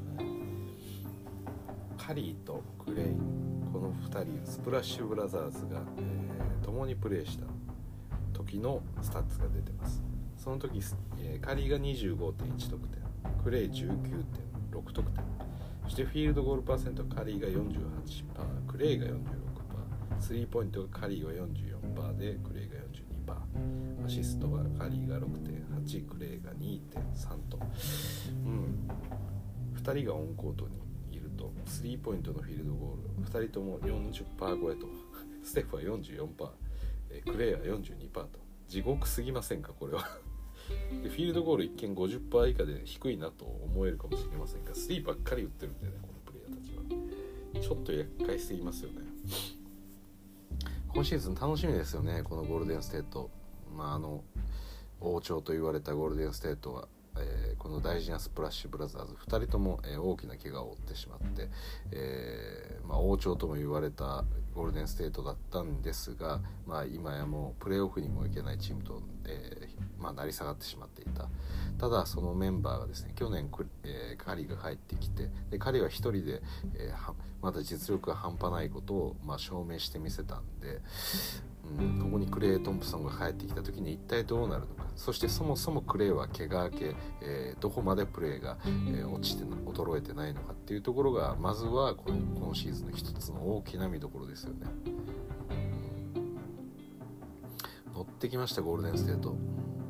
Speaker 1: カリーとクレイ、このふたりスプラッシュブラザーズが、えー、共にプレーした時のスタッツが出てます。その時、えー、カリーが にじゅうごてんいち 得点、クレイ じゅうきゅうてんろく 得点、そしてフィールドゴールパーセントカリーが よんじゅうはちパーセント、クレイが よんじゅうろくパーセント、スリーポイントがカリーが よんじゅうよんパーセント でクレイが よんじゅうにパーセント、アシストはカリーが ろくてんはち、クレイが にてんさん と、うん、ふたりがオンコートにいるとスリーポイントのフィールドゴールふたりとも よんじゅっパーセント 超えと、ステフは よんじゅうよんパーセント、クレイは よんじゅうにパーセント と地獄すぎませんかこれは。でフィールドゴール一見 ごじゅっパーセント 以下で低いなと思えるかもしれませんが、スリーばっかり打ってるんでね、このプレイヤーたちはちょっと厄介すぎますよね。 今シーズン楽しみですよね、このゴールデンステート。まあ、あの王朝と言われたゴールデンステートは、えー、この大事なスプラッシュブラザーズふたりとも、えー、大きな怪我を負ってしまって、えーまあ、王朝とも言われたゴールデンステートだったんですが、まあ、今やもうプレーオフにも行けないチームと、えーまあ、成り下がってしまっていた。ただそのメンバーがですね、去年、えー、カリーが帰ってきて、でカリーは一人で、えー、まだ実力が半端ないことを、まあ、証明してみせたんで、うん、ここにクレイ・トンプソンが帰ってきた時に一体どうなるのか。そしてそもそもクレイは怪我明け、えー、どこまでプレーが、えー、落ちて衰えてないのかっていうところが、まずはこの今シーズンの一つの大きな見どころですよね。うん、乗ってきましたゴールデンステート。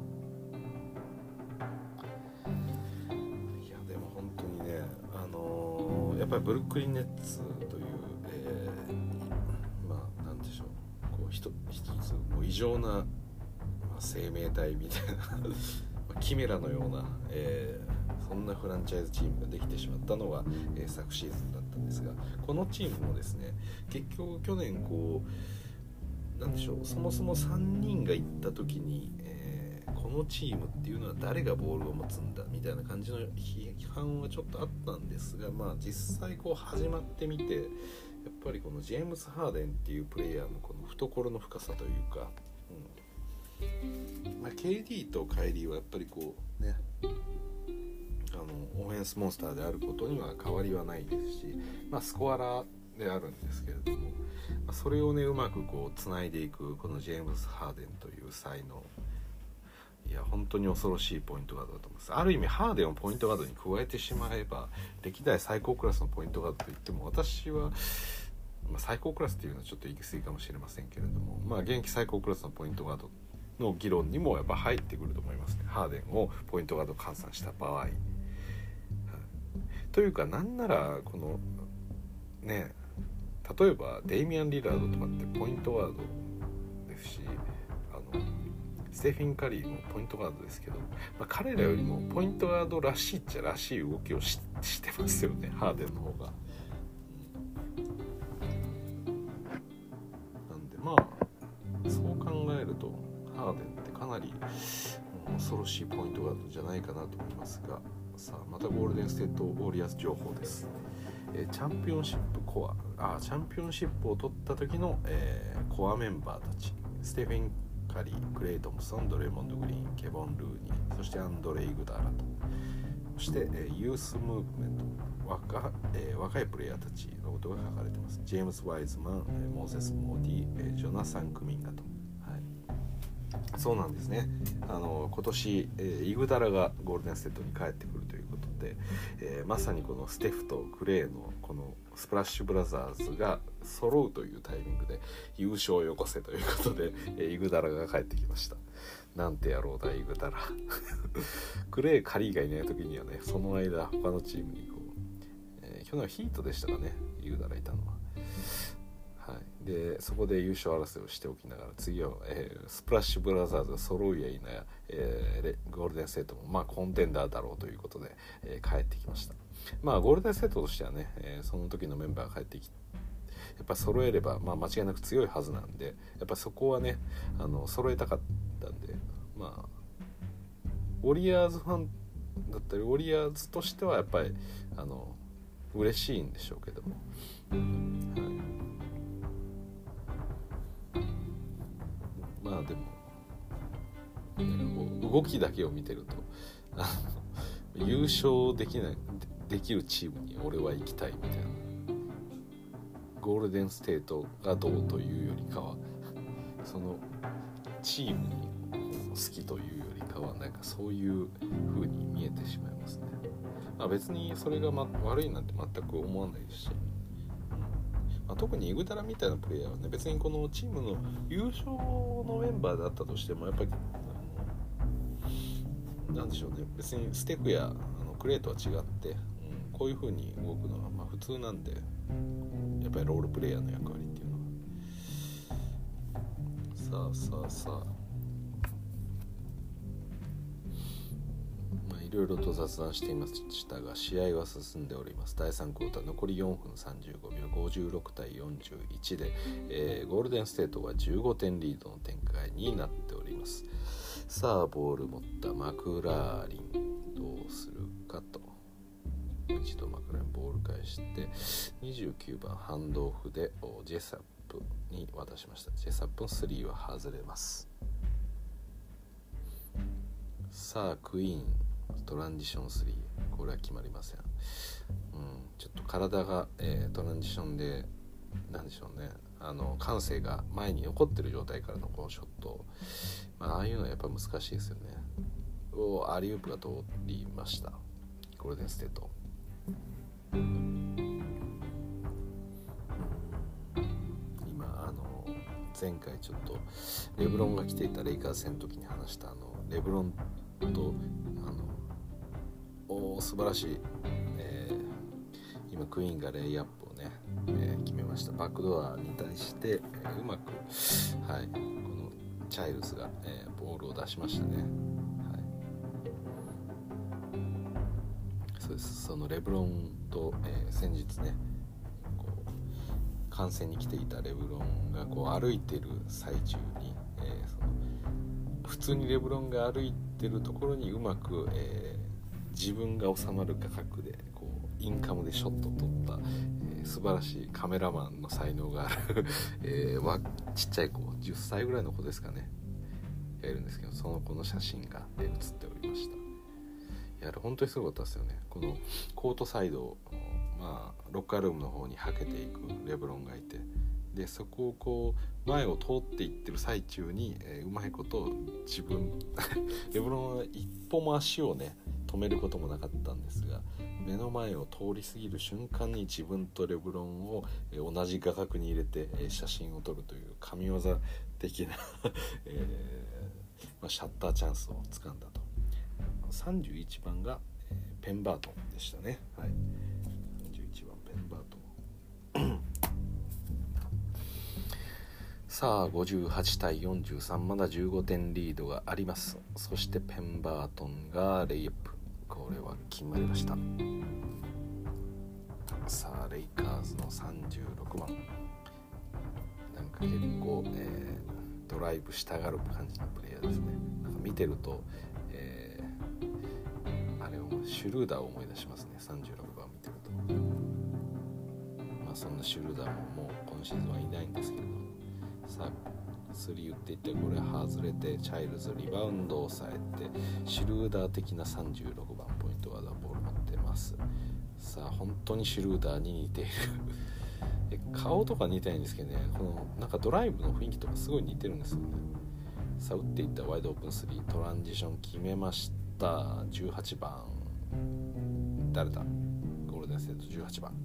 Speaker 1: いやでも本当にね、あのー、やっぱりブルックリンネッツという、えー、まあなんでしょう、こう一つもう異常な、まあ、生命体みたいなキメラのような、えー、そんなフランチャイズチームができてしまったのが、えー、昨シーズンだったんですが、このチームもですね、結局去年こうなんでしょう、そもそもさんにんが行った時に、えー、このチームっていうのは誰がボールを持つんだみたいな感じの批判はちょっとあったんですが、まあ実際こう始まってみて、やっぱりこのジェームス・ハーデンっていうプレイヤーのこの懐の深さというか、うんまあ、ケーディー とカイリーはやっぱりこうね、あのオフェンスモンスターであることには変わりはないですし、まあ、スコアラーであるんですけれども、まあ、それをねうまくこうつないでいくこのジェームス・ハーデンという才能、いや本当に恐ろしいポイントガードだと思います。ある意味ハーデンをポイントガードに加えてしまえば歴代最高クラスのポイントガードといっても、私は、まあ、最高クラスっていうのはちょっと言い過ぎかもしれませんけれども、まあ現役最高クラスのポイントガードの議論にもやっぱ入ってくると思いますね、ハーデンをポイントガード換算した場合、はい、というかなんならこのね、例えばデイミアン・リラードとかってポイントガードですし、あのステフィン・カリーもポイントガードですけど、まあ、彼らよりもポイントガードらしいっちゃらしい動きを し, してますよね、ハーデンの方が。なんでまあそう考えるとハーデンってかなり恐ろしいポイントガードじゃないかなと思いますが、さあまたゴールデンステートウォリアーズ情報です。えー、チャンピオンシップコアあチャンピオンシップを取った時の、えー、コアメンバーたち、ステフィン・カリー、クレイ・トムソン、ドレモンド・グリーン、ケボン・ルーニー、そしてアンドレイ・グダーラと、そして、えー、ユースムーブメント 若,、えー、若いプレイヤーたちのことが書かれています。ジェームス・ワイズマン、えー、モーセス・モーディ、えー、ジョナサン・クミンガと、はい、そうなんですね。あの今年、えー、イグダラがゴールデンステートに帰ってくるということで、えー、まさにこのステフとクレイのこのスプラッシュブラザーズが揃うというタイミングで優勝をよこせということで、えー、イグダラが帰ってきました。なんて野郎だイグダラクレイカリーがいない時にはね、その間他のチームにこう、えー、去年はヒートでしたかね、イグダラいたのは、はい、でそこで優勝争いをしておきながら、次は、えー、スプラッシュブラザーズが揃うやいなや、えー、ゴールデンステートもまあコンテンダーだろうということで、えー、帰ってきました。まあゴールデンステートとしてはね、えー、その時のメンバーが帰ってきてやっぱ揃えれば、まあ、間違いなく強いはずなんで、やっぱそこはねあの揃えたかったんで、まあウォリアーズファンだったりウォリアーズとしてはやっぱりあの嬉しいんでしょうけども、はい、まあでもなんかこう動きだけを見てるとあの優勝できないできるチームに俺は行きたいみたいな、ゴールデンステートがどうというよりかはそのチームに好きというよりかはなんかそういう風に見えてしまいますね。まあ、別にそれが、ま、悪いなんて全く思わないですし、まあ、特にイグダラみたいなプレイヤーはね、別にこのチームの優勝のメンバーだったとしてもやっぱりあのなんでしょうね、別にステフやあのクレイとは違って、うん、こういう風に動くのはまあ普通なんで、やっぱりロールプレイヤーの役割っていうのは、さあさあさあ、 まあ、いろいろと雑談していましたが、試合は進んでおります。だいさんクォーター残りよんぷんさんじゅうごびょう、ごじゅうろくたいよんじゅういちで、えー、ゴールデンステートはじゅうごてんリードの展開になっております。さあボール持ったマクラーリンどうするかと。一度マクラーリンボール返してにじゅうきゅうばんハンドオフでジェサップに渡しました。ジェサップのスリーは外れます。さあクイーントランジションスリー、これは決まりません。うん、ちょっと体が、えー、トランジションでなんでしょうね、あの感性が前に残ってる状態からのこのショット、まあ、ああいうのはやっぱ難しいですよね。おアリウープが通りました。ゴールデンステート。今あの前回ちょっとレブロンが来ていたレイカーズ戦の時に話したあのレブロンとあのお素晴らしい、えー、今クイーンがレイアップをね、えー、決めました。バックドアに対して、えー、うまく、はい、このチャイルズが、えー、ボールを出しましたね。はい、そうです。そのレブロンと、えー、先日ねこう観戦に来ていたレブロンがこう歩いてる最中に、えー、その普通にレブロンが歩いてるところにうまく、えー、自分が収まる画角でこうインカムでショットを撮った、えー、素晴らしいカメラマンの才能がある、えー、わちっちゃい子じゅっさいぐらいの子ですかねがいるんですけど、その子の写真が、えー、写っておりました。いや本当にすごかったですよね。このコートサイド、まあ、ロッカールームの方にはけていくレブロンがいて、でそこをこう前を通っていってる最中に、えー、うまいこと自分レブロンは一歩も足をね止めることもなかったんですが、目の前を通り過ぎる瞬間に自分とレブロンを、えー、同じ画角に入れて、えー、写真を撮るという神業的な、えーまあ、シャッターチャンスをつかんだと。さんじゅういちばんが、えー、ペンバートンでしたね。はい、さんじゅういちばんペンバートンさあごじゅうはちたいよんじゅうさん、まだじゅうごてんリードがあります。そしてペンバートンがレイアップ、これは決まりました。さあレイカーズのさんじゅうろくばん、なんか結構、えー、ドライブしたがる感じのプレイヤーですね。なんか見てると、えー、あれをシュルーダーを思い出しますね。さんじゅうろくばん見てると、まあそんなシュルーダーももう今シーズンはいないんですけれど、さあスリー打っていってこれ外れてチャイルズリバウンドを抑えてシュルーダー的なさんじゅうろくばんポイントガードボール持ってます。さあ本当にシュルーダーに似ている顔とか似てないんですけどね、このなんかドライブの雰囲気とかすごい似てるんですよね。さあ打っていったワイドオープンスリー、トランジション決めました。じゅうはちばん誰だ、ゴールデンステートじゅうはちばん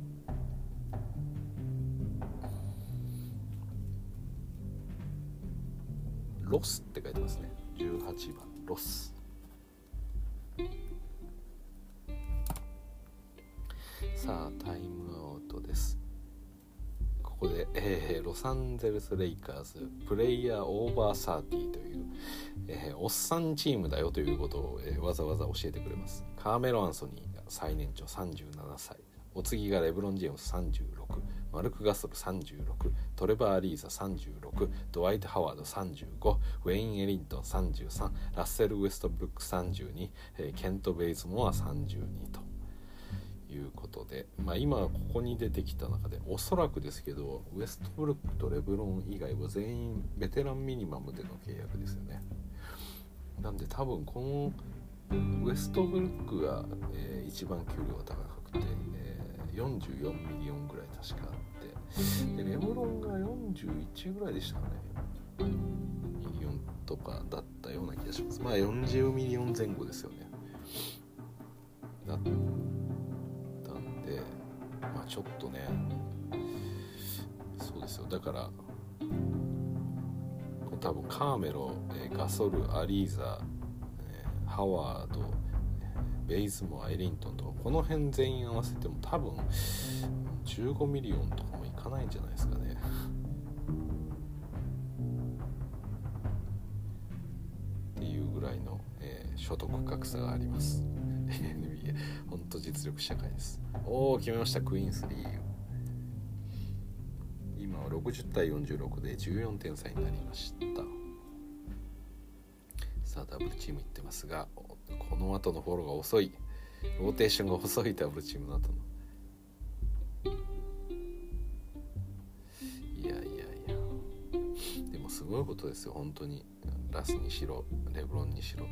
Speaker 1: ロスって書いてますね。じゅうはちばんロス。さあタイムアウトです。ここで、えー、ロサンゼルスレイカーズプレイヤーオーバーサーティという、えー、おっさんチームだよということを、えー、わざわざ教えてくれます。カーメロ・アンソニーが最年長さんじゅうななさい、お次がレブロン・ジェームスさんじゅうろく、マルク・ガソルさんじゅうろく、トレバー・リーザさんじゅうろく、ドワイト・ハワードさんじゅうご、ウェイン・エリントンさんじゅうさん、ラッセル・ウェストブルックさんじゅうに、えー、ケント・ベイズモアさんじゅうにということで、まあ、今ここに出てきた中でおそらくですけどウェストブルックとレブロン以外は全員ベテランミニマムでの契約ですよね。なんで多分このウェストブルックが、えー、一番給料が高くて、えー、よんじゅうよんミリオンぐらい確かあって、でレブロンがよんじゅういちぐらいでしたかね、ミリオンとかだったような気がします。まあよんじゅうミリオン前後ですよね。だったんでまあちょっとね、そうですよ。だから多分カーメロ、えー、ガソル、アリーザ、えー、ハワード、ベイズモア、エリントンとかこの辺全員合わせても多分じゅうごミリオンとかもいかないんじゃないですかね。っていうぐらいの、えー、シ所得格差があります。エヌビーエー 本当実力社会です。おー決めました。クイーンスリー。今はろくじゅうたいよんじゅうろくでじゅうよんてん差になりました。さあダブルチームいってますが、この後のフォローが遅い、ローテーションが遅いダブルチームの後の、いやいやいや、でもすごいことですよ本当に。ラスにしろレブロンにしろ、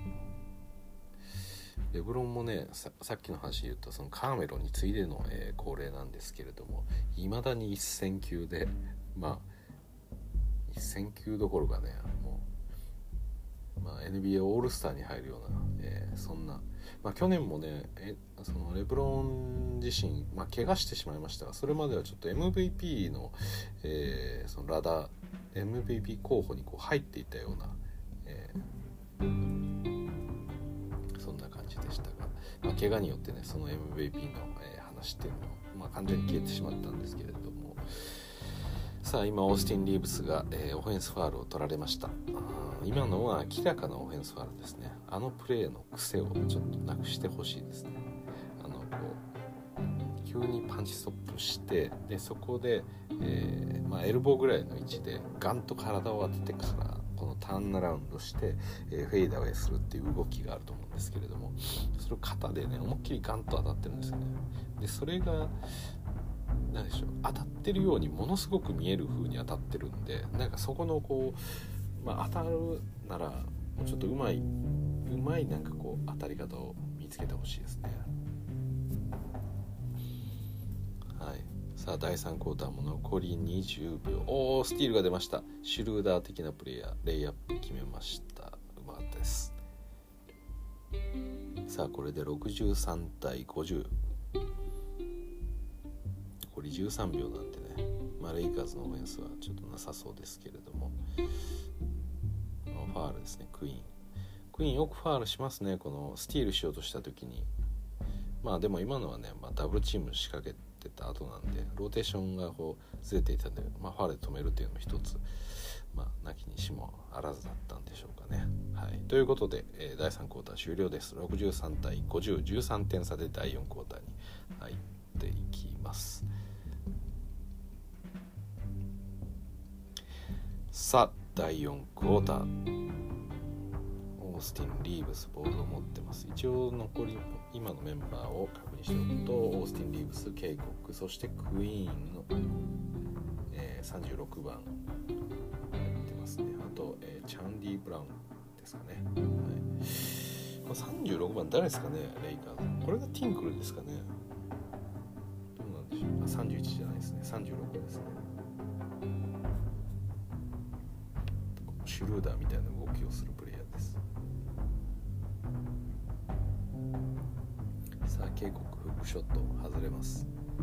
Speaker 1: レブロンもね さ, さっきの話で言うとそのカーメロンに次いでの、えー、恒例なんですけれども、いまだにせん球で、まあせん球どころかね、もう、まあ、エヌビーエー オールスターに入るような、えー、そんな、まあ、去年もねえそのレブロン自身、まあ、怪我してしまいましたが、それまではちょっと エムブイピー の、えー、そのラダー エムブイピー 候補にこう入っていたような、えー、そんな感じでしたが、まあ、怪我によってねその エムブイピー の、えー、話っていうのは、まあ、完全に消えてしまったんですけれども、さあ今オースティン・リーブスが、えー、オフェンスファウルを取られました。今のは明らかなオフェンスファウルですね。あのプレーの癖をちょっとなくしてほしいですね。あのこう急にパンチストップして、でそこで、えーまあ、エルボーぐらいの位置でガンと体を当ててからこのターンアラウンドして、えー、フェイダーウェイするっていう動きがあると思うんですけれども、それを肩でね思いっきりガンと当たってるんですよね。でそれがなんでしょう、当たってるようにものすごく見える風に当たってるんで、なんかそこのこう、まあ、当たるならもうちょっとうまいうまいなんかこう当たり方を見つけてほしいですね。はい、さあだいさんクォーターも残りにじゅうびょう。おースティールが出ました。シュルーダー的なプレーヤー、レイアップ決めました。うまかったです。さあこれでろくじゅうさんたいごじゅう、残りじゅうさんびょうなんでね、まあ、レイカーズのオフェンスはちょっとなさそうですけれども、ファールですね。クイーンクイーンよくファールしますね、このスティールしようとした時に。まあでも今のはね、まあ、ダブルチーム仕掛けてた後なんでローテーションがこうずれていたんで、まあ、ファールで止めるっていうのも一つ、まあ、なきにしもあらずだったんでしょうかね。はい、ということで、えー、だいさんクォーター終了です。ろくじゅうさんたいごじゅう、じゅうさんてん差でだいよんクォーターに入っていきます。さあだいよんクォーター、オースティン・リーブスボールを持ってます。一応残り今のメンバーを確認しておくと、オースティン・リーブス、ケイコック、そしてクイーンの、えー、さんじゅうろくばん入ってますね。あと、えー、チャンディ・ブラウンですかね。はい、これさんじゅうろくばん誰ですかね、レイカーズ。これがティンクルですかね。どうなんでしょう。あ、さんじゅういちじゃないですね。さんじゅうろくですね。シュルーダーみたいな動きをするプレイヤーです。さあ警告フックショット外れます。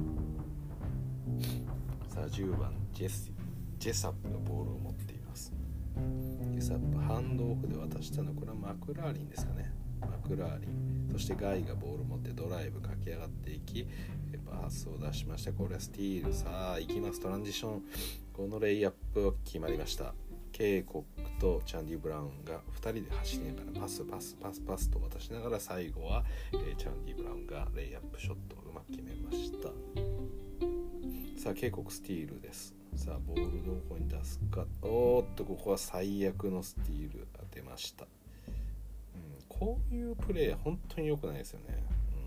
Speaker 1: さあじゅうばんジェスジェサップがボールを持っています。ジェサップハンドオフで渡したのはこれはマクラーリンですかね。マクラーリン、そしてガイがボールを持ってドライブ駆け上がっていきパスを出しました。これはスティール。さあ行きます。トランジション、このレイアップ決まりました。ケイコックとチャンディ・ブラウンがふたりで走りながらパスパスパスパスと渡しながら、最後は、えー、チャンディ・ブラウンがレイアップショットをうまく決めました。さあケイコックスティールです。さあボールどこに出すか。おーっとここは最悪のスティール当てました、うん、こういうプレー本当に良くないですよね、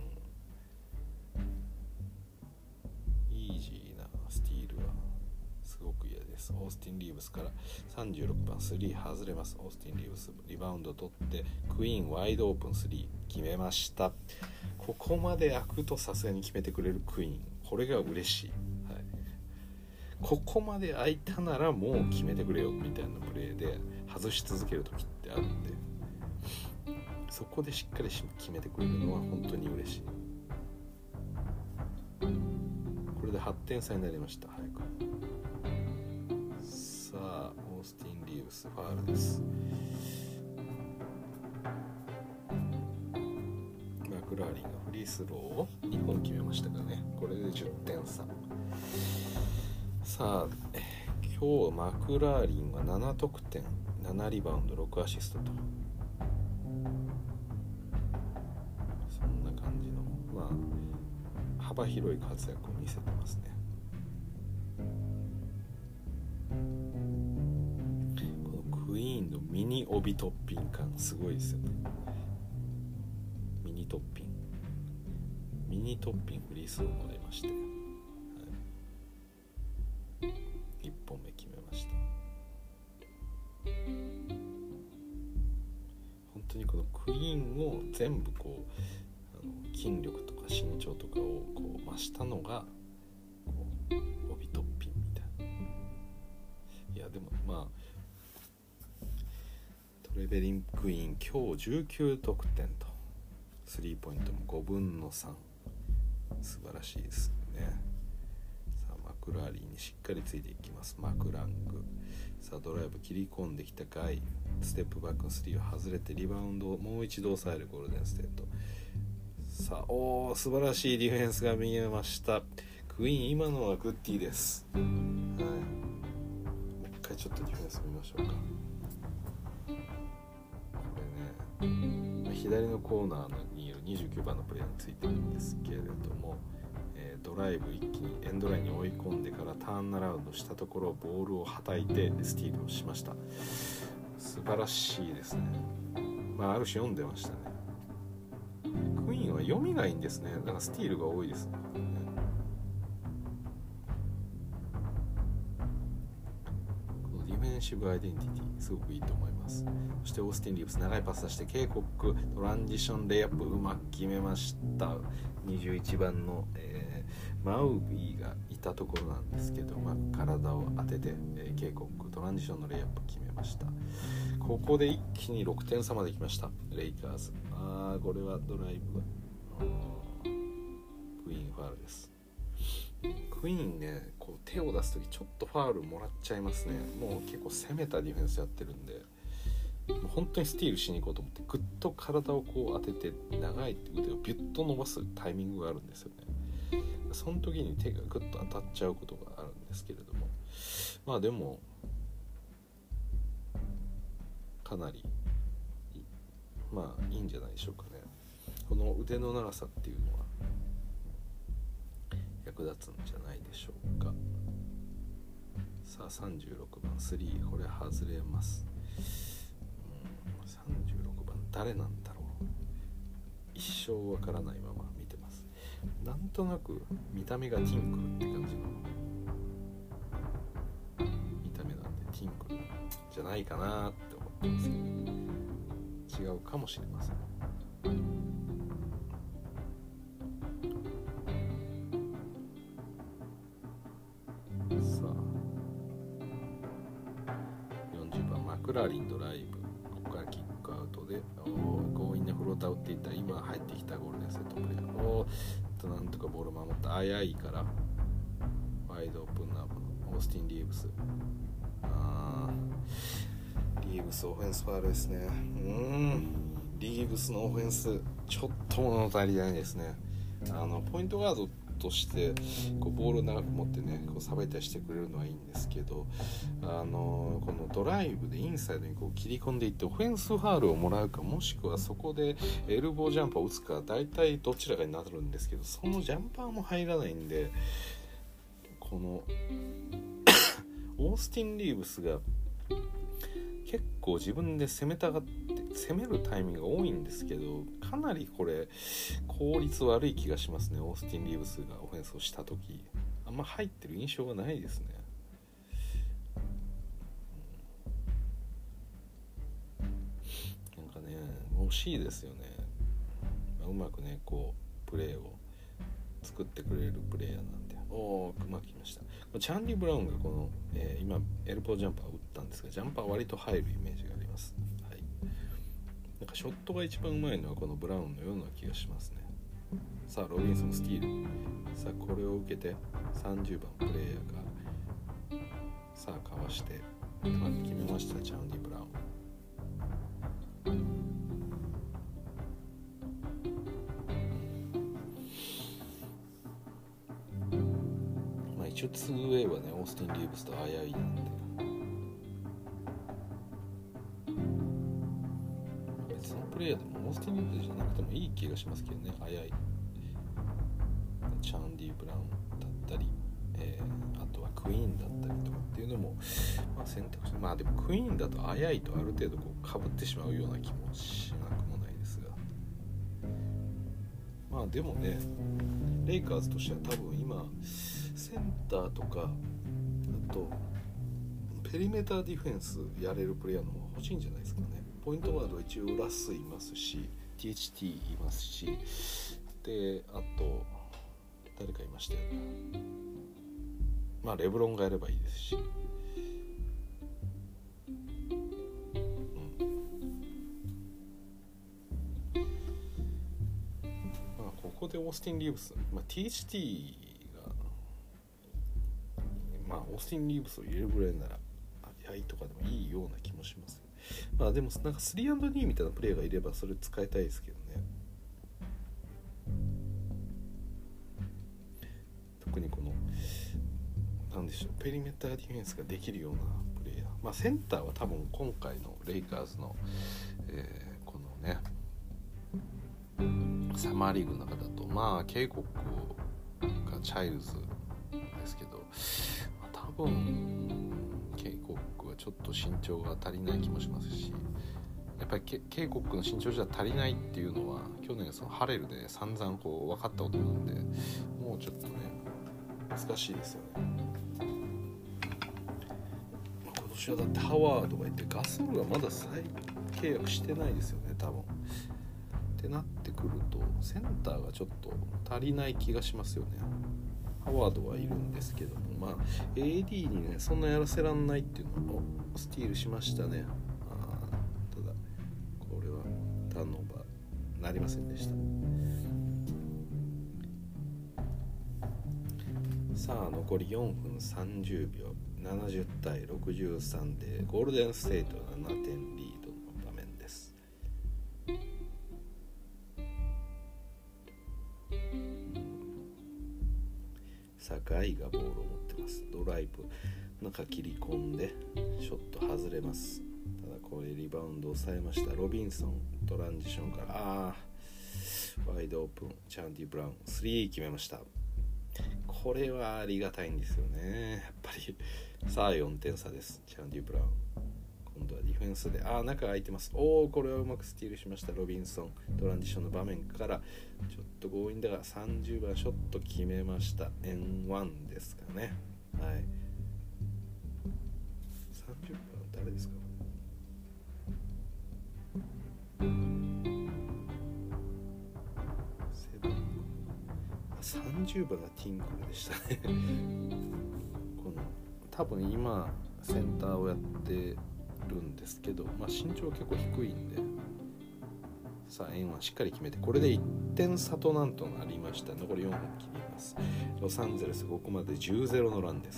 Speaker 1: うん、イージーなスティールはすごく嫌です。オースティン・リーブスからさんじゅうろくばんスリー外れます。オースティン・リーブスリバウンド取ってクイーンワイドオープンスリー決めました。ここまで開くとさすがに決めてくれるクイーン、これが嬉しい、はい、ここまで開いたならもう決めてくれよみたいなプレーで外し続ける時ってあるんで、そこでしっかり決めてくれるのは本当に嬉しい。これではってん差になりました。早くさあオースティン・リーブスファウルです。マクラーリンがフリースローをにほん決めましたからね。これでじゅってん差。さあ今日マクラーリンはななとくてんななリバウンドろくアシストと、 まあ幅広い活躍を見せてますね。このクイーンのミニ帯トッピン感すごいですよね。ミニトッピンミニトッピンフリースローも出まして、はい、いっぽんめ決めました。本当にこのクイーンを全部こうあの筋力とか身長とかをこう増したのがこう帯トッピンみたいな。いやでもまあトレベリンクイーン今日じゅうきゅうとくてんとスリーポイントもごぶんのさん、素晴らしいですね。さあマクラーリーにしっかりついていきます。マクラング、さあドライブ切り込んできたガイ、ステップバックのスリーを外れてリバウンドをもう一度抑えるゴールデンステート。さあおー素晴らしいディフェンスが見えました。クイーン今のはグッディです、はい、もう一回ちょっとディフェンス見ましょうか。これね左のコーナーにいるにじゅうきゅうばんのプレイヤーについてるんですけれども、えー、ドライブ一気にエンドラインに追い込んでからターンアラウンドしたところボールをはたいてスティールをしました。素晴らしいですね。まあある種読んでましたね。クイーンは読みがいいんですね。だからスティールが多いですね。このディフェンシブアイデンティティすごくいいと思います。そしてオースティン・リーブス長いパス出してケイコックトランジションレイアップうまく決めました。にじゅういちばんの、えー、マウビーがいたところなんですけど、まあ、体を当てて、えー、ケイコックトランジションのレイアップ決めました。ここで一気にろくてん差まで来ましたレイカーズ。あーこれはドライブがクイーンファウルです。クイーンねこう手を出すときちょっとファウルもらっちゃいますね。もう結構攻めたディフェンスやってるんでもう本当にスティールしに行こうと思ってグッと体をこう当てて長い腕をビュッと伸ばすタイミングがあるんですよね。その時に手がグッと当たっちゃうことがあるんですけれども、まあでもかなりまあいいんじゃないでしょうかね。この腕の長さっていうのは役立つんじゃないでしょうか。さあさんじゅうろくばんスリーこれ外れます。さんじゅうろくばん誰なんだろう。一生わからないまま見てます。なんとなく見た目がティンクルって感じの見た目なんでティンクルじゃないかなって思ってますけど違うかもしれません。さあよんじゅうばんマクラーリンドライブ、ここからキックアウトで強引なフローターを打っていったら今入ってきたゴールデンセットプレーヤーをとなんとかボールを守ったあやいからワイドオープンなオースティン・リーブス、あーリーブスオフェンスファウルですね。うーんリーブスのオフェンスちょっと物足りないですね。あのポイントガードとしてこうボールを長く持ってねこうさばいたりしてくれるのはいいんですけど、あのこのドライブでインサイドにこう切り込んでいってオフェンスファウルをもらうかもしくはそこでエルボージャンパーを打つか大体どちらかになるんですけど、そのジャンパーも入らないんでこのオースティン・リーブスが結構自分で攻めたがって攻めるタイミングが多いんですけどかなりこれ効率悪い気がしますね。オースティン・リーブスがオフェンスをした時あんま入ってる印象がないですね。なんかね惜しいですよね。うまくねこうプレーを作ってくれるプレイヤーなんでおーうまくきました。チャンディ・ブラウンがこの、えー、今エルボージャンパーを打ったんですがジャンパー割と入るイメージがあります。はい、なんかショットが一番うまいのはこのブラウンのような気がしますね。さあロビンソンスティール、さあこれを受けてさんじゅうばんプレイヤーがさあかわしてまず決めましたチャンディ・ブラウン。一応 ツーウェイ はねオースティン・リーブスとあやいなんで別のプレイヤーでもオースティン・リーブスじゃなくてもいい気がしますけどね。あやいチャンディ・ブラウンだったり、えー、あとはクイーンだったりとかっていうのも、まあ、選択肢、まあでもクイーンだとあやいとある程度こう被ってしまうような気もしなくもないですが、まあでもねレイカーズとしては多分今センターとかあとペリメーターディフェンスやれるプレイヤーの方が欲しいんじゃないですかね。ポイントガードは一応ラスいますし ティーエイチティー いますし、であと誰かいましたよね。まあレブロンがやればいいですし、うん、まあここでオースティン・リーブス、まあ、ティーエイチティー がまあオースティン・リーブスを入れるぐらいならやいとかでもいいような気もします。まあでもなんか スリーアンドディー みたいなプレイヤーがいればそれ使いたいですけどね。特にこのなんでしょうペリメーターディフェンスができるようなプレイヤー、まあセンターは多分今回のレイカーズの、えー、このねサマーリーグの中だとまあ警告がチャイルズですけど、まあ、多分警告はちょっと身長が足りない気もしますし、やっぱり警告の身長じゃ足りないっていうのは去年そのハレルで散々こう分かったことなんで、もうちょっとね難しいですよね。今年はだってハワードがいてガソルはまだ再契約してないですよね多分。ってなってくるとセンターがちょっと足りない気がしますよね。ハワードはいるんですけども、まあ エーディー にねそんなやらせらんないっていうのをスティールしましたね。あただこれはターンオーバーなりませんでした。さあ残りよんぷんさんじゅうびょう、ななじゅうたいろくじゅうさんでゴールデンステートななてんリードの場面です。さあガイがボールを持ってます。ドライブ中切り込んでショット外れます。ただこれリバウンドを抑えました。ロビンソントランジションからあーワイドオープンチャンディ・ブラウンスリー決めました。これはありがたいんですよねやっぱり。さあよんてん差です。チャンディ・ブラウン今度はディフェンスであー中空いてます。おおこれはうまくスティールしました。ロビンソントランジションの場面からちょっと強引だがさんじゅうばんショット決めました。 エヌワン ですかね。はい、さんじゅうばん誰ですか。さんじゅうばんがティンクルでしたねこの多分今センターをやってるんですけど、まあ、身長結構低いんで、さあ円はしっかり決めてこれでいってん差となんとなりました。残りよんぷん切ります。ロサンゼルスここまで じゅうたいゼロ のランです。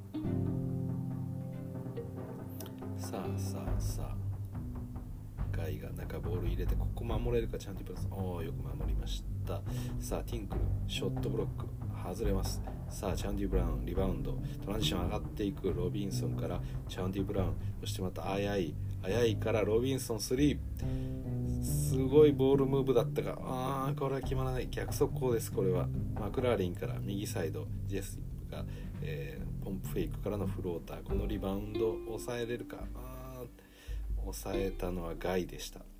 Speaker 1: さあさあさあガイが中ボール入れてここ守れるか。チャンディプラスおーよく守りました。さあティンクルショットブロック外れます。さあチャンディ・ブラウンリバウンドトランジション上がっていく。ロビンソンからチャンディ・ブラウンそしてまたあやいあやいからロビンソンスリーすごいボールムーブだったがあーこれは決まらない。逆速攻です。これはマクラーリンから右サイドジェスが、えー、ポンプフェイクからのフローターこのリバウンドを抑えれるか。あ抑えたのはガイでした。はい、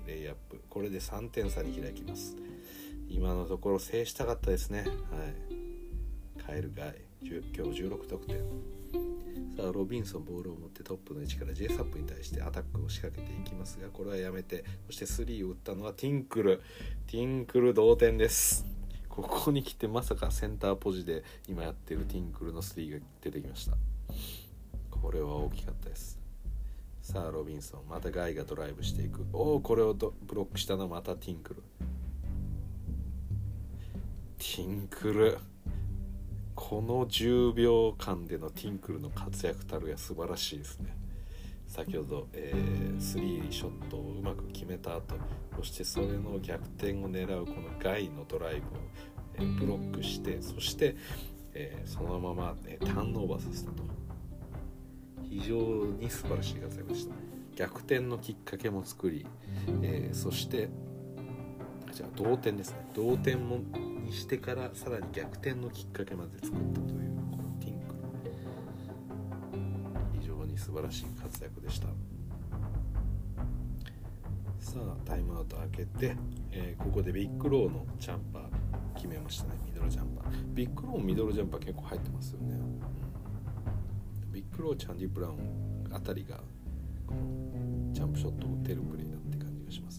Speaker 1: レイアップこれでさんてん差に開きます。今のところ制したかったですね。はい、カエルガイ今日じゅうろく得点。さあロビンソンボールを持ってトップの位置から J サップに対してアタックを仕掛けていきますがこれはやめて、そしてスリーを打ったのはティンクルティンクル同点です。ここに来てまさかセンターポジで今やってるティンクルのスリーが出てきました。これは大きかったです。さあロビンソンまたガイがドライブしていく。おおこれをブロックしたのはまたティンクルティンクルこのじゅうびょうかんでのティンクルの活躍たるや素晴らしいですね。先ほど、えー、スリーショットをうまく決めた後そしてそれの逆転を狙うこのガイのドライブを、えー、ブロックしてそして、えー、そのまま、えー、ターンオーバーさせたと。非常に素晴らしい活躍でした。逆転のきっかけも作り、えー、そしてじゃあ同点ですね。同点もにしてからさらに逆転のきっかけまで作ったというこのティンクル、非常に素晴らしい活躍でした。さあタイムアウト開けて、えー、ここでビッグローのジャンパー決めましたね。ミドルジャンパー、ビッグローミドルジャンパー結構入ってますよね、うん、ビッグローチャンディ・ブラウンあたりがこのジャンプショットを打てるプレーだって感じがします。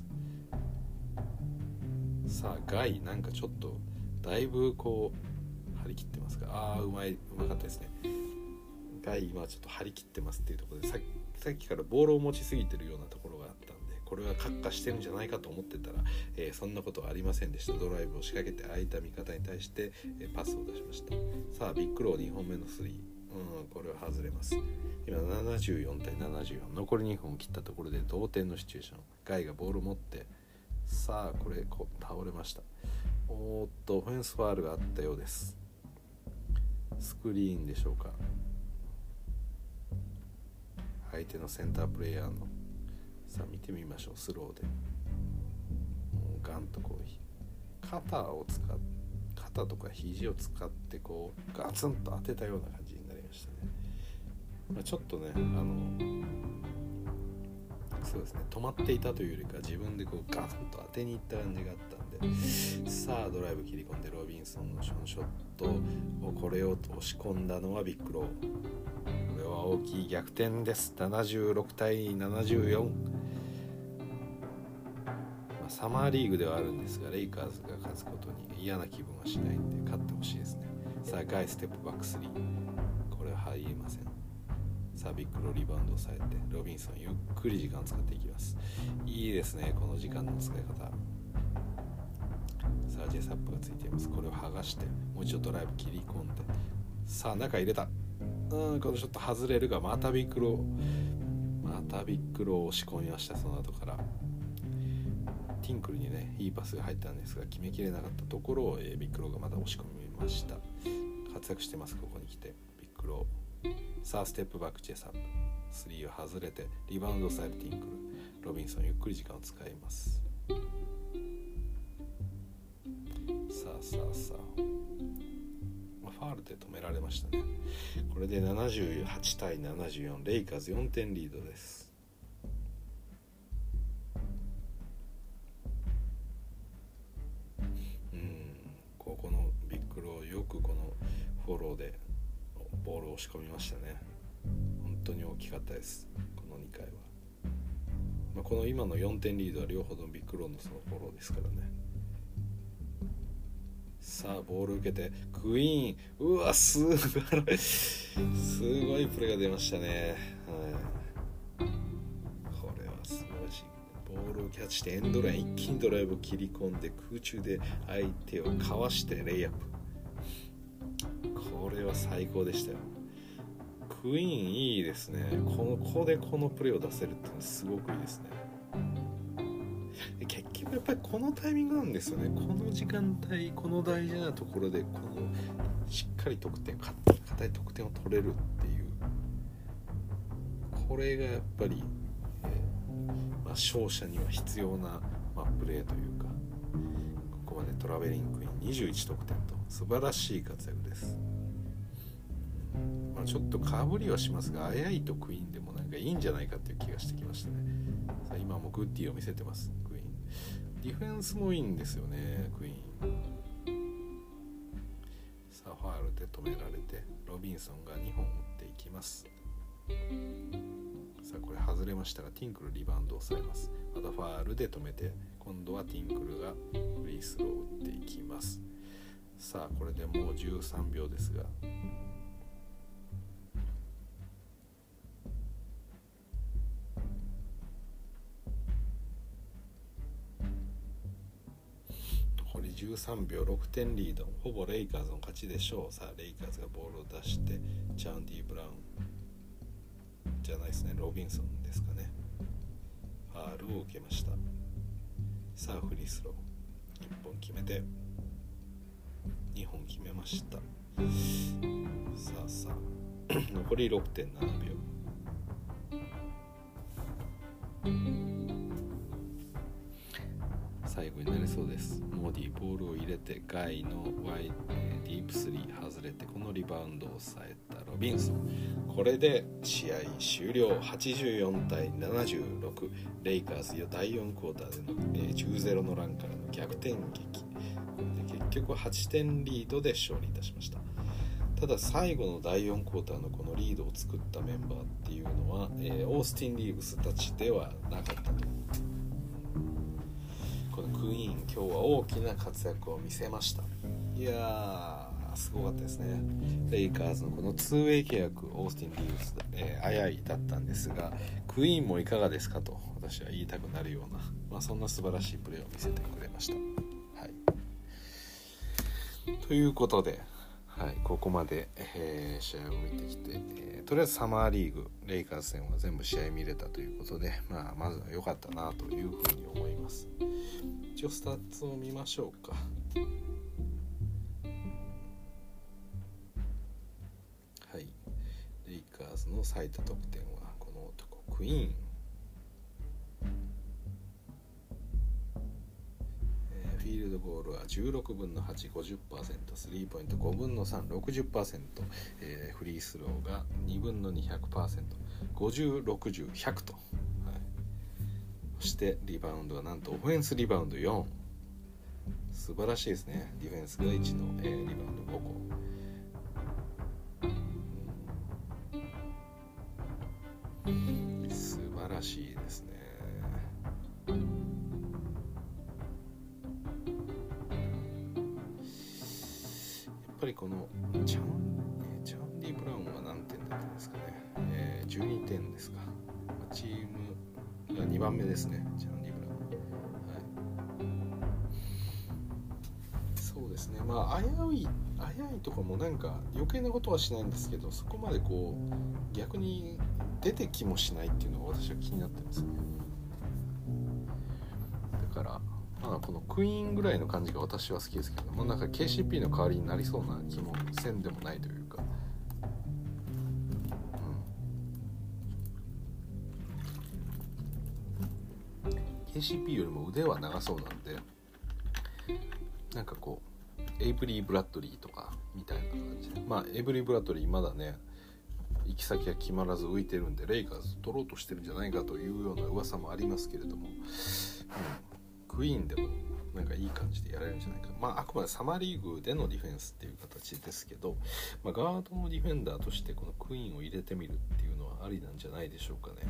Speaker 1: さあガイなんかちょっとだいぶこう張り切ってますが、ああうまいうまかったですね。ガイ今ちょっと張り切ってますっていうところで、さっき、さっきからボールを持ちすぎてるようなところがあったんで、これは閣下してるんじゃないかと思ってたら、えー、そんなことはありませんでした。ドライブを仕掛けて空いた味方に対して、えー、パスを出しました。さあビッグローにほんめのスリー、うん、これは外れます。今ななじゅうよんたいななじゅうよん、残りにほん切ったところで同点のシチュエーション。ガイがボールを持って、さあこれこう倒れました。おーっとオフェンスファールがあったようです。スクリーンでしょうか。相手のセンタープレイヤーの、さあ見てみましょう。スローでもうガンとこう肩を使っ肩とか肘を使ってこうガツンと当てたような感じになりましたね。まあ、ちょっとねあのそうですね、止まっていたというよりか自分でこうガツンと当てにいった感じがあったんで、さあドライブ切り込んでロビンソンのションショットをこれを押し込んだのはビッグロー。これは大きい逆転です。ななじゅうろくたいななじゅうよん、まあ、サマーリーグではあるんですがレイカーズが勝つことに嫌な気分はしないんで勝ってほしいですね。さあガイステップバックスリー、これは入りません。さあビッグローリバウンドを抑えてロビンソンゆっくり時間を使っていきます。いいですねこの時間の使い方。さあジェサップがついています。これを剥がしてもう一度ドライブ切り込んで、さあ中入れた、うんこのショット外れるがまたビッグローまたビッグローを押し込みました。その後からティンクルにねいいパスが入ったんですが決めきれなかったところを、えー、ビッグローがまた押し込みました。活躍してます。ここに来てビッグロー。さあステップバックチェサップスリーを外れてリバウンドを抑えるティンクル。ロビンソンゆっくり時間を使います。さあさあさあファールで止められましたね。これでななじゅうはちたいななじゅうよん、レイカーズよんてんリードです。うんここのビッグローよくこのフォローでボールを押し込みましたね。本当に大きかったですこのにかいは。まあ、この今のよんてんリードは両方のビッグローのそのフォローですからね。さあボール受けてクイーン、うわすごいすごいプレーが出ましたね、はい、これは素晴らしい。ボールをキャッチしてエンドライン一気にドライブを切り込んで空中で相手をかわしてレイアップ、これは最高でしたよ。クイーンいいですね。このここでこのプレーを出せるっていうのはすごくいいですね。結局やっぱりこのタイミングなんですよね。この時間帯この大事なところでこのしっかり得点硬い得点を取れるっていう、これがやっぱり、えーまあ、勝者には必要な、まあ、プレーというか、ここまでトラベリングクイーンにじゅういちとくてんと素晴らしい活躍です。まあ、ちょっとかぶりはしますがあやいとクイーンでもなんかいいんじゃないかっていう気がしてきましたね。さあ今もグッディを見せてます。クイーンディフェンスもいいんですよねクイーン。さあファールで止められてロビンソンがにほん打っていきます。さあこれ外れましたがティンクルリバウンドを抑えます。またファールで止めて今度はティンクルがフリースローを打っていきます。さあこれでもうじゅうさんびょうですがじゅうさんびょう、ろくてんリード、ほぼレイカーズの勝ちでしょう。さあレイカーズがボールを出してチャンディ・ブラウンじゃないですね、ロビンソンですかね、ファールを受けました。さあフリースローいっぽん決めてにほん決めました。さあさあ残り ろくてんななびょう。さ最後になりそうです。モーディボールを入れてガイのワイディープスリー外れて、このリバウンドを抑えたロビンソン。これで試合終了。はちじゅうよんたいななじゅうろく、レイカーズやだいよんクォーターでの、えー、じゅうたいゼロのランからの逆転劇。これで結局はちてんリードで勝利いたしました。ただ最後のだいよんクォーターのこのリードを作ったメンバーっていうのは、えー、オースティン・リーブスたちではなかったと。このクイーン、今日は大きな活躍を見せました。いやーすごかったですね。レイカーズのこのにウェイ契約、オースティン・リーブス、えー、危いだったんですが、クイーンもいかがですかと私は言いたくなるような、まあ、そんな素晴らしいプレーを見せてくれました。はい、ということで、はい、ここまで、えー、試合を見てきて、えー、とりあえずサマーリーグレイカーズ戦は全部試合見れたということで、まあ、まずは良かったなというふうに思います。一応スタッツを見ましょうか。はい、レイカーズの最多得点はこの男クイーン。フィールドゴールはじゅうろくぶんのはち、ごじゅっパーセント、スリーポイントごぶんのさん、ろくじゅっパーセント、えー、フリースローがにぶんのに、ひゃくパーセント、ごじゅう、ろくじゅう、ひゃくと、はい、そしてリバウンドはなんとオフェンスリバウンドよん、素晴らしいですね。ディフェンスがいちの、えー、リバウンドごこ、うん、素晴らしいですね。やっぱりこのチャン、えー、チャンディ・ブラウンは何点だったんですかね、えー、じゅうにてんですか。チームがにばんめですね、チャンディ・ブラウン、はい、そうですね。まあ危うい危ういとかもなんか余計なことはしないんですけど、そこまでこう逆に出てきもしないっていうのが私は気になってるんですね。だからまあ、このクイーンぐらいの感じが私は好きですけども、なんか ケーシーピー の代わりになりそうな気もせんでもないというか、うん、ケーシーピー よりも腕は長そうなんで、なんかこうエイブリー・ブラッドリーとかみたいな感じで、まあエイブリー・ブラッドリーまだね行き先が決まらず浮いてるんで、レイカーズ取ろうとしてるんじゃないかというような噂もありますけれども、うん、クイーンでもなんかいい感じでやられるんじゃないか。まああくまでサマーリーグでのディフェンスっていう形ですけど、まあ、ガードのディフェンダーとしてこのクイーンを入れてみるっていうのはありなんじゃないでしょうかね。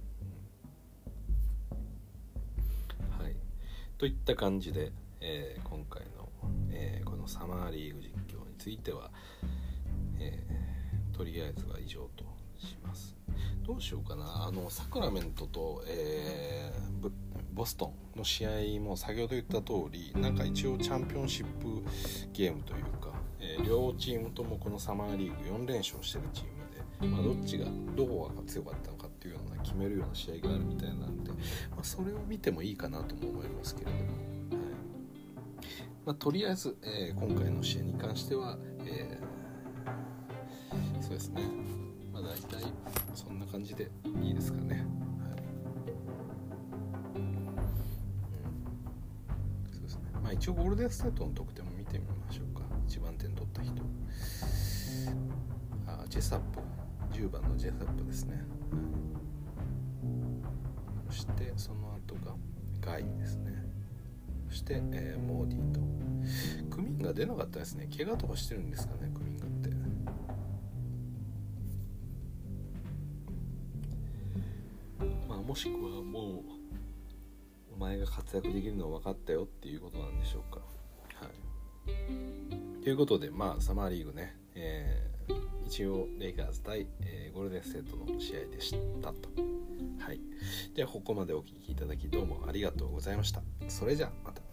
Speaker 1: うん、はい。といった感じで、えー、今回の、えー、このサマーリーグ実況については、えー、とりあえずは以上とします。どうしようかな。あのサクラメントと、えー、ボストンの試合も先ほど言った通り、なんか一応チャンピオンシップゲームというか、えー、両チームともこのサマーリーグよんれんしょうしてるチームで、まあ、どっちがどこが強かったのかっていうような決めるような試合があるみたいなんで、まあ、それを見てもいいかなとも思いますけれども、はい、まあ、とりあえず、えー、今回の試合に関しては、えー、そうですね、まあ大体そんな感じでいいですかね。まあ、一応ゴールデンステートの得点も見てみましょうか。一番点取った人、あジェサップ、じゅうばんのジェサップですね、はい、そしてその後がガイですね。そして、えー、モーディとクミンが出なかったですね。怪我とかしてるんですかね、クミンがって。まあもしくはもうお前が活躍できるのは分かったよっていうことなんでしょうか。はい。ということで、まあサマーリーグね、えー、一応レイカーズ対、えー、ゴールデンステートの試合でしたと。はい。ではここまでお聞きいただきどうもありがとうございました。それじゃあまた。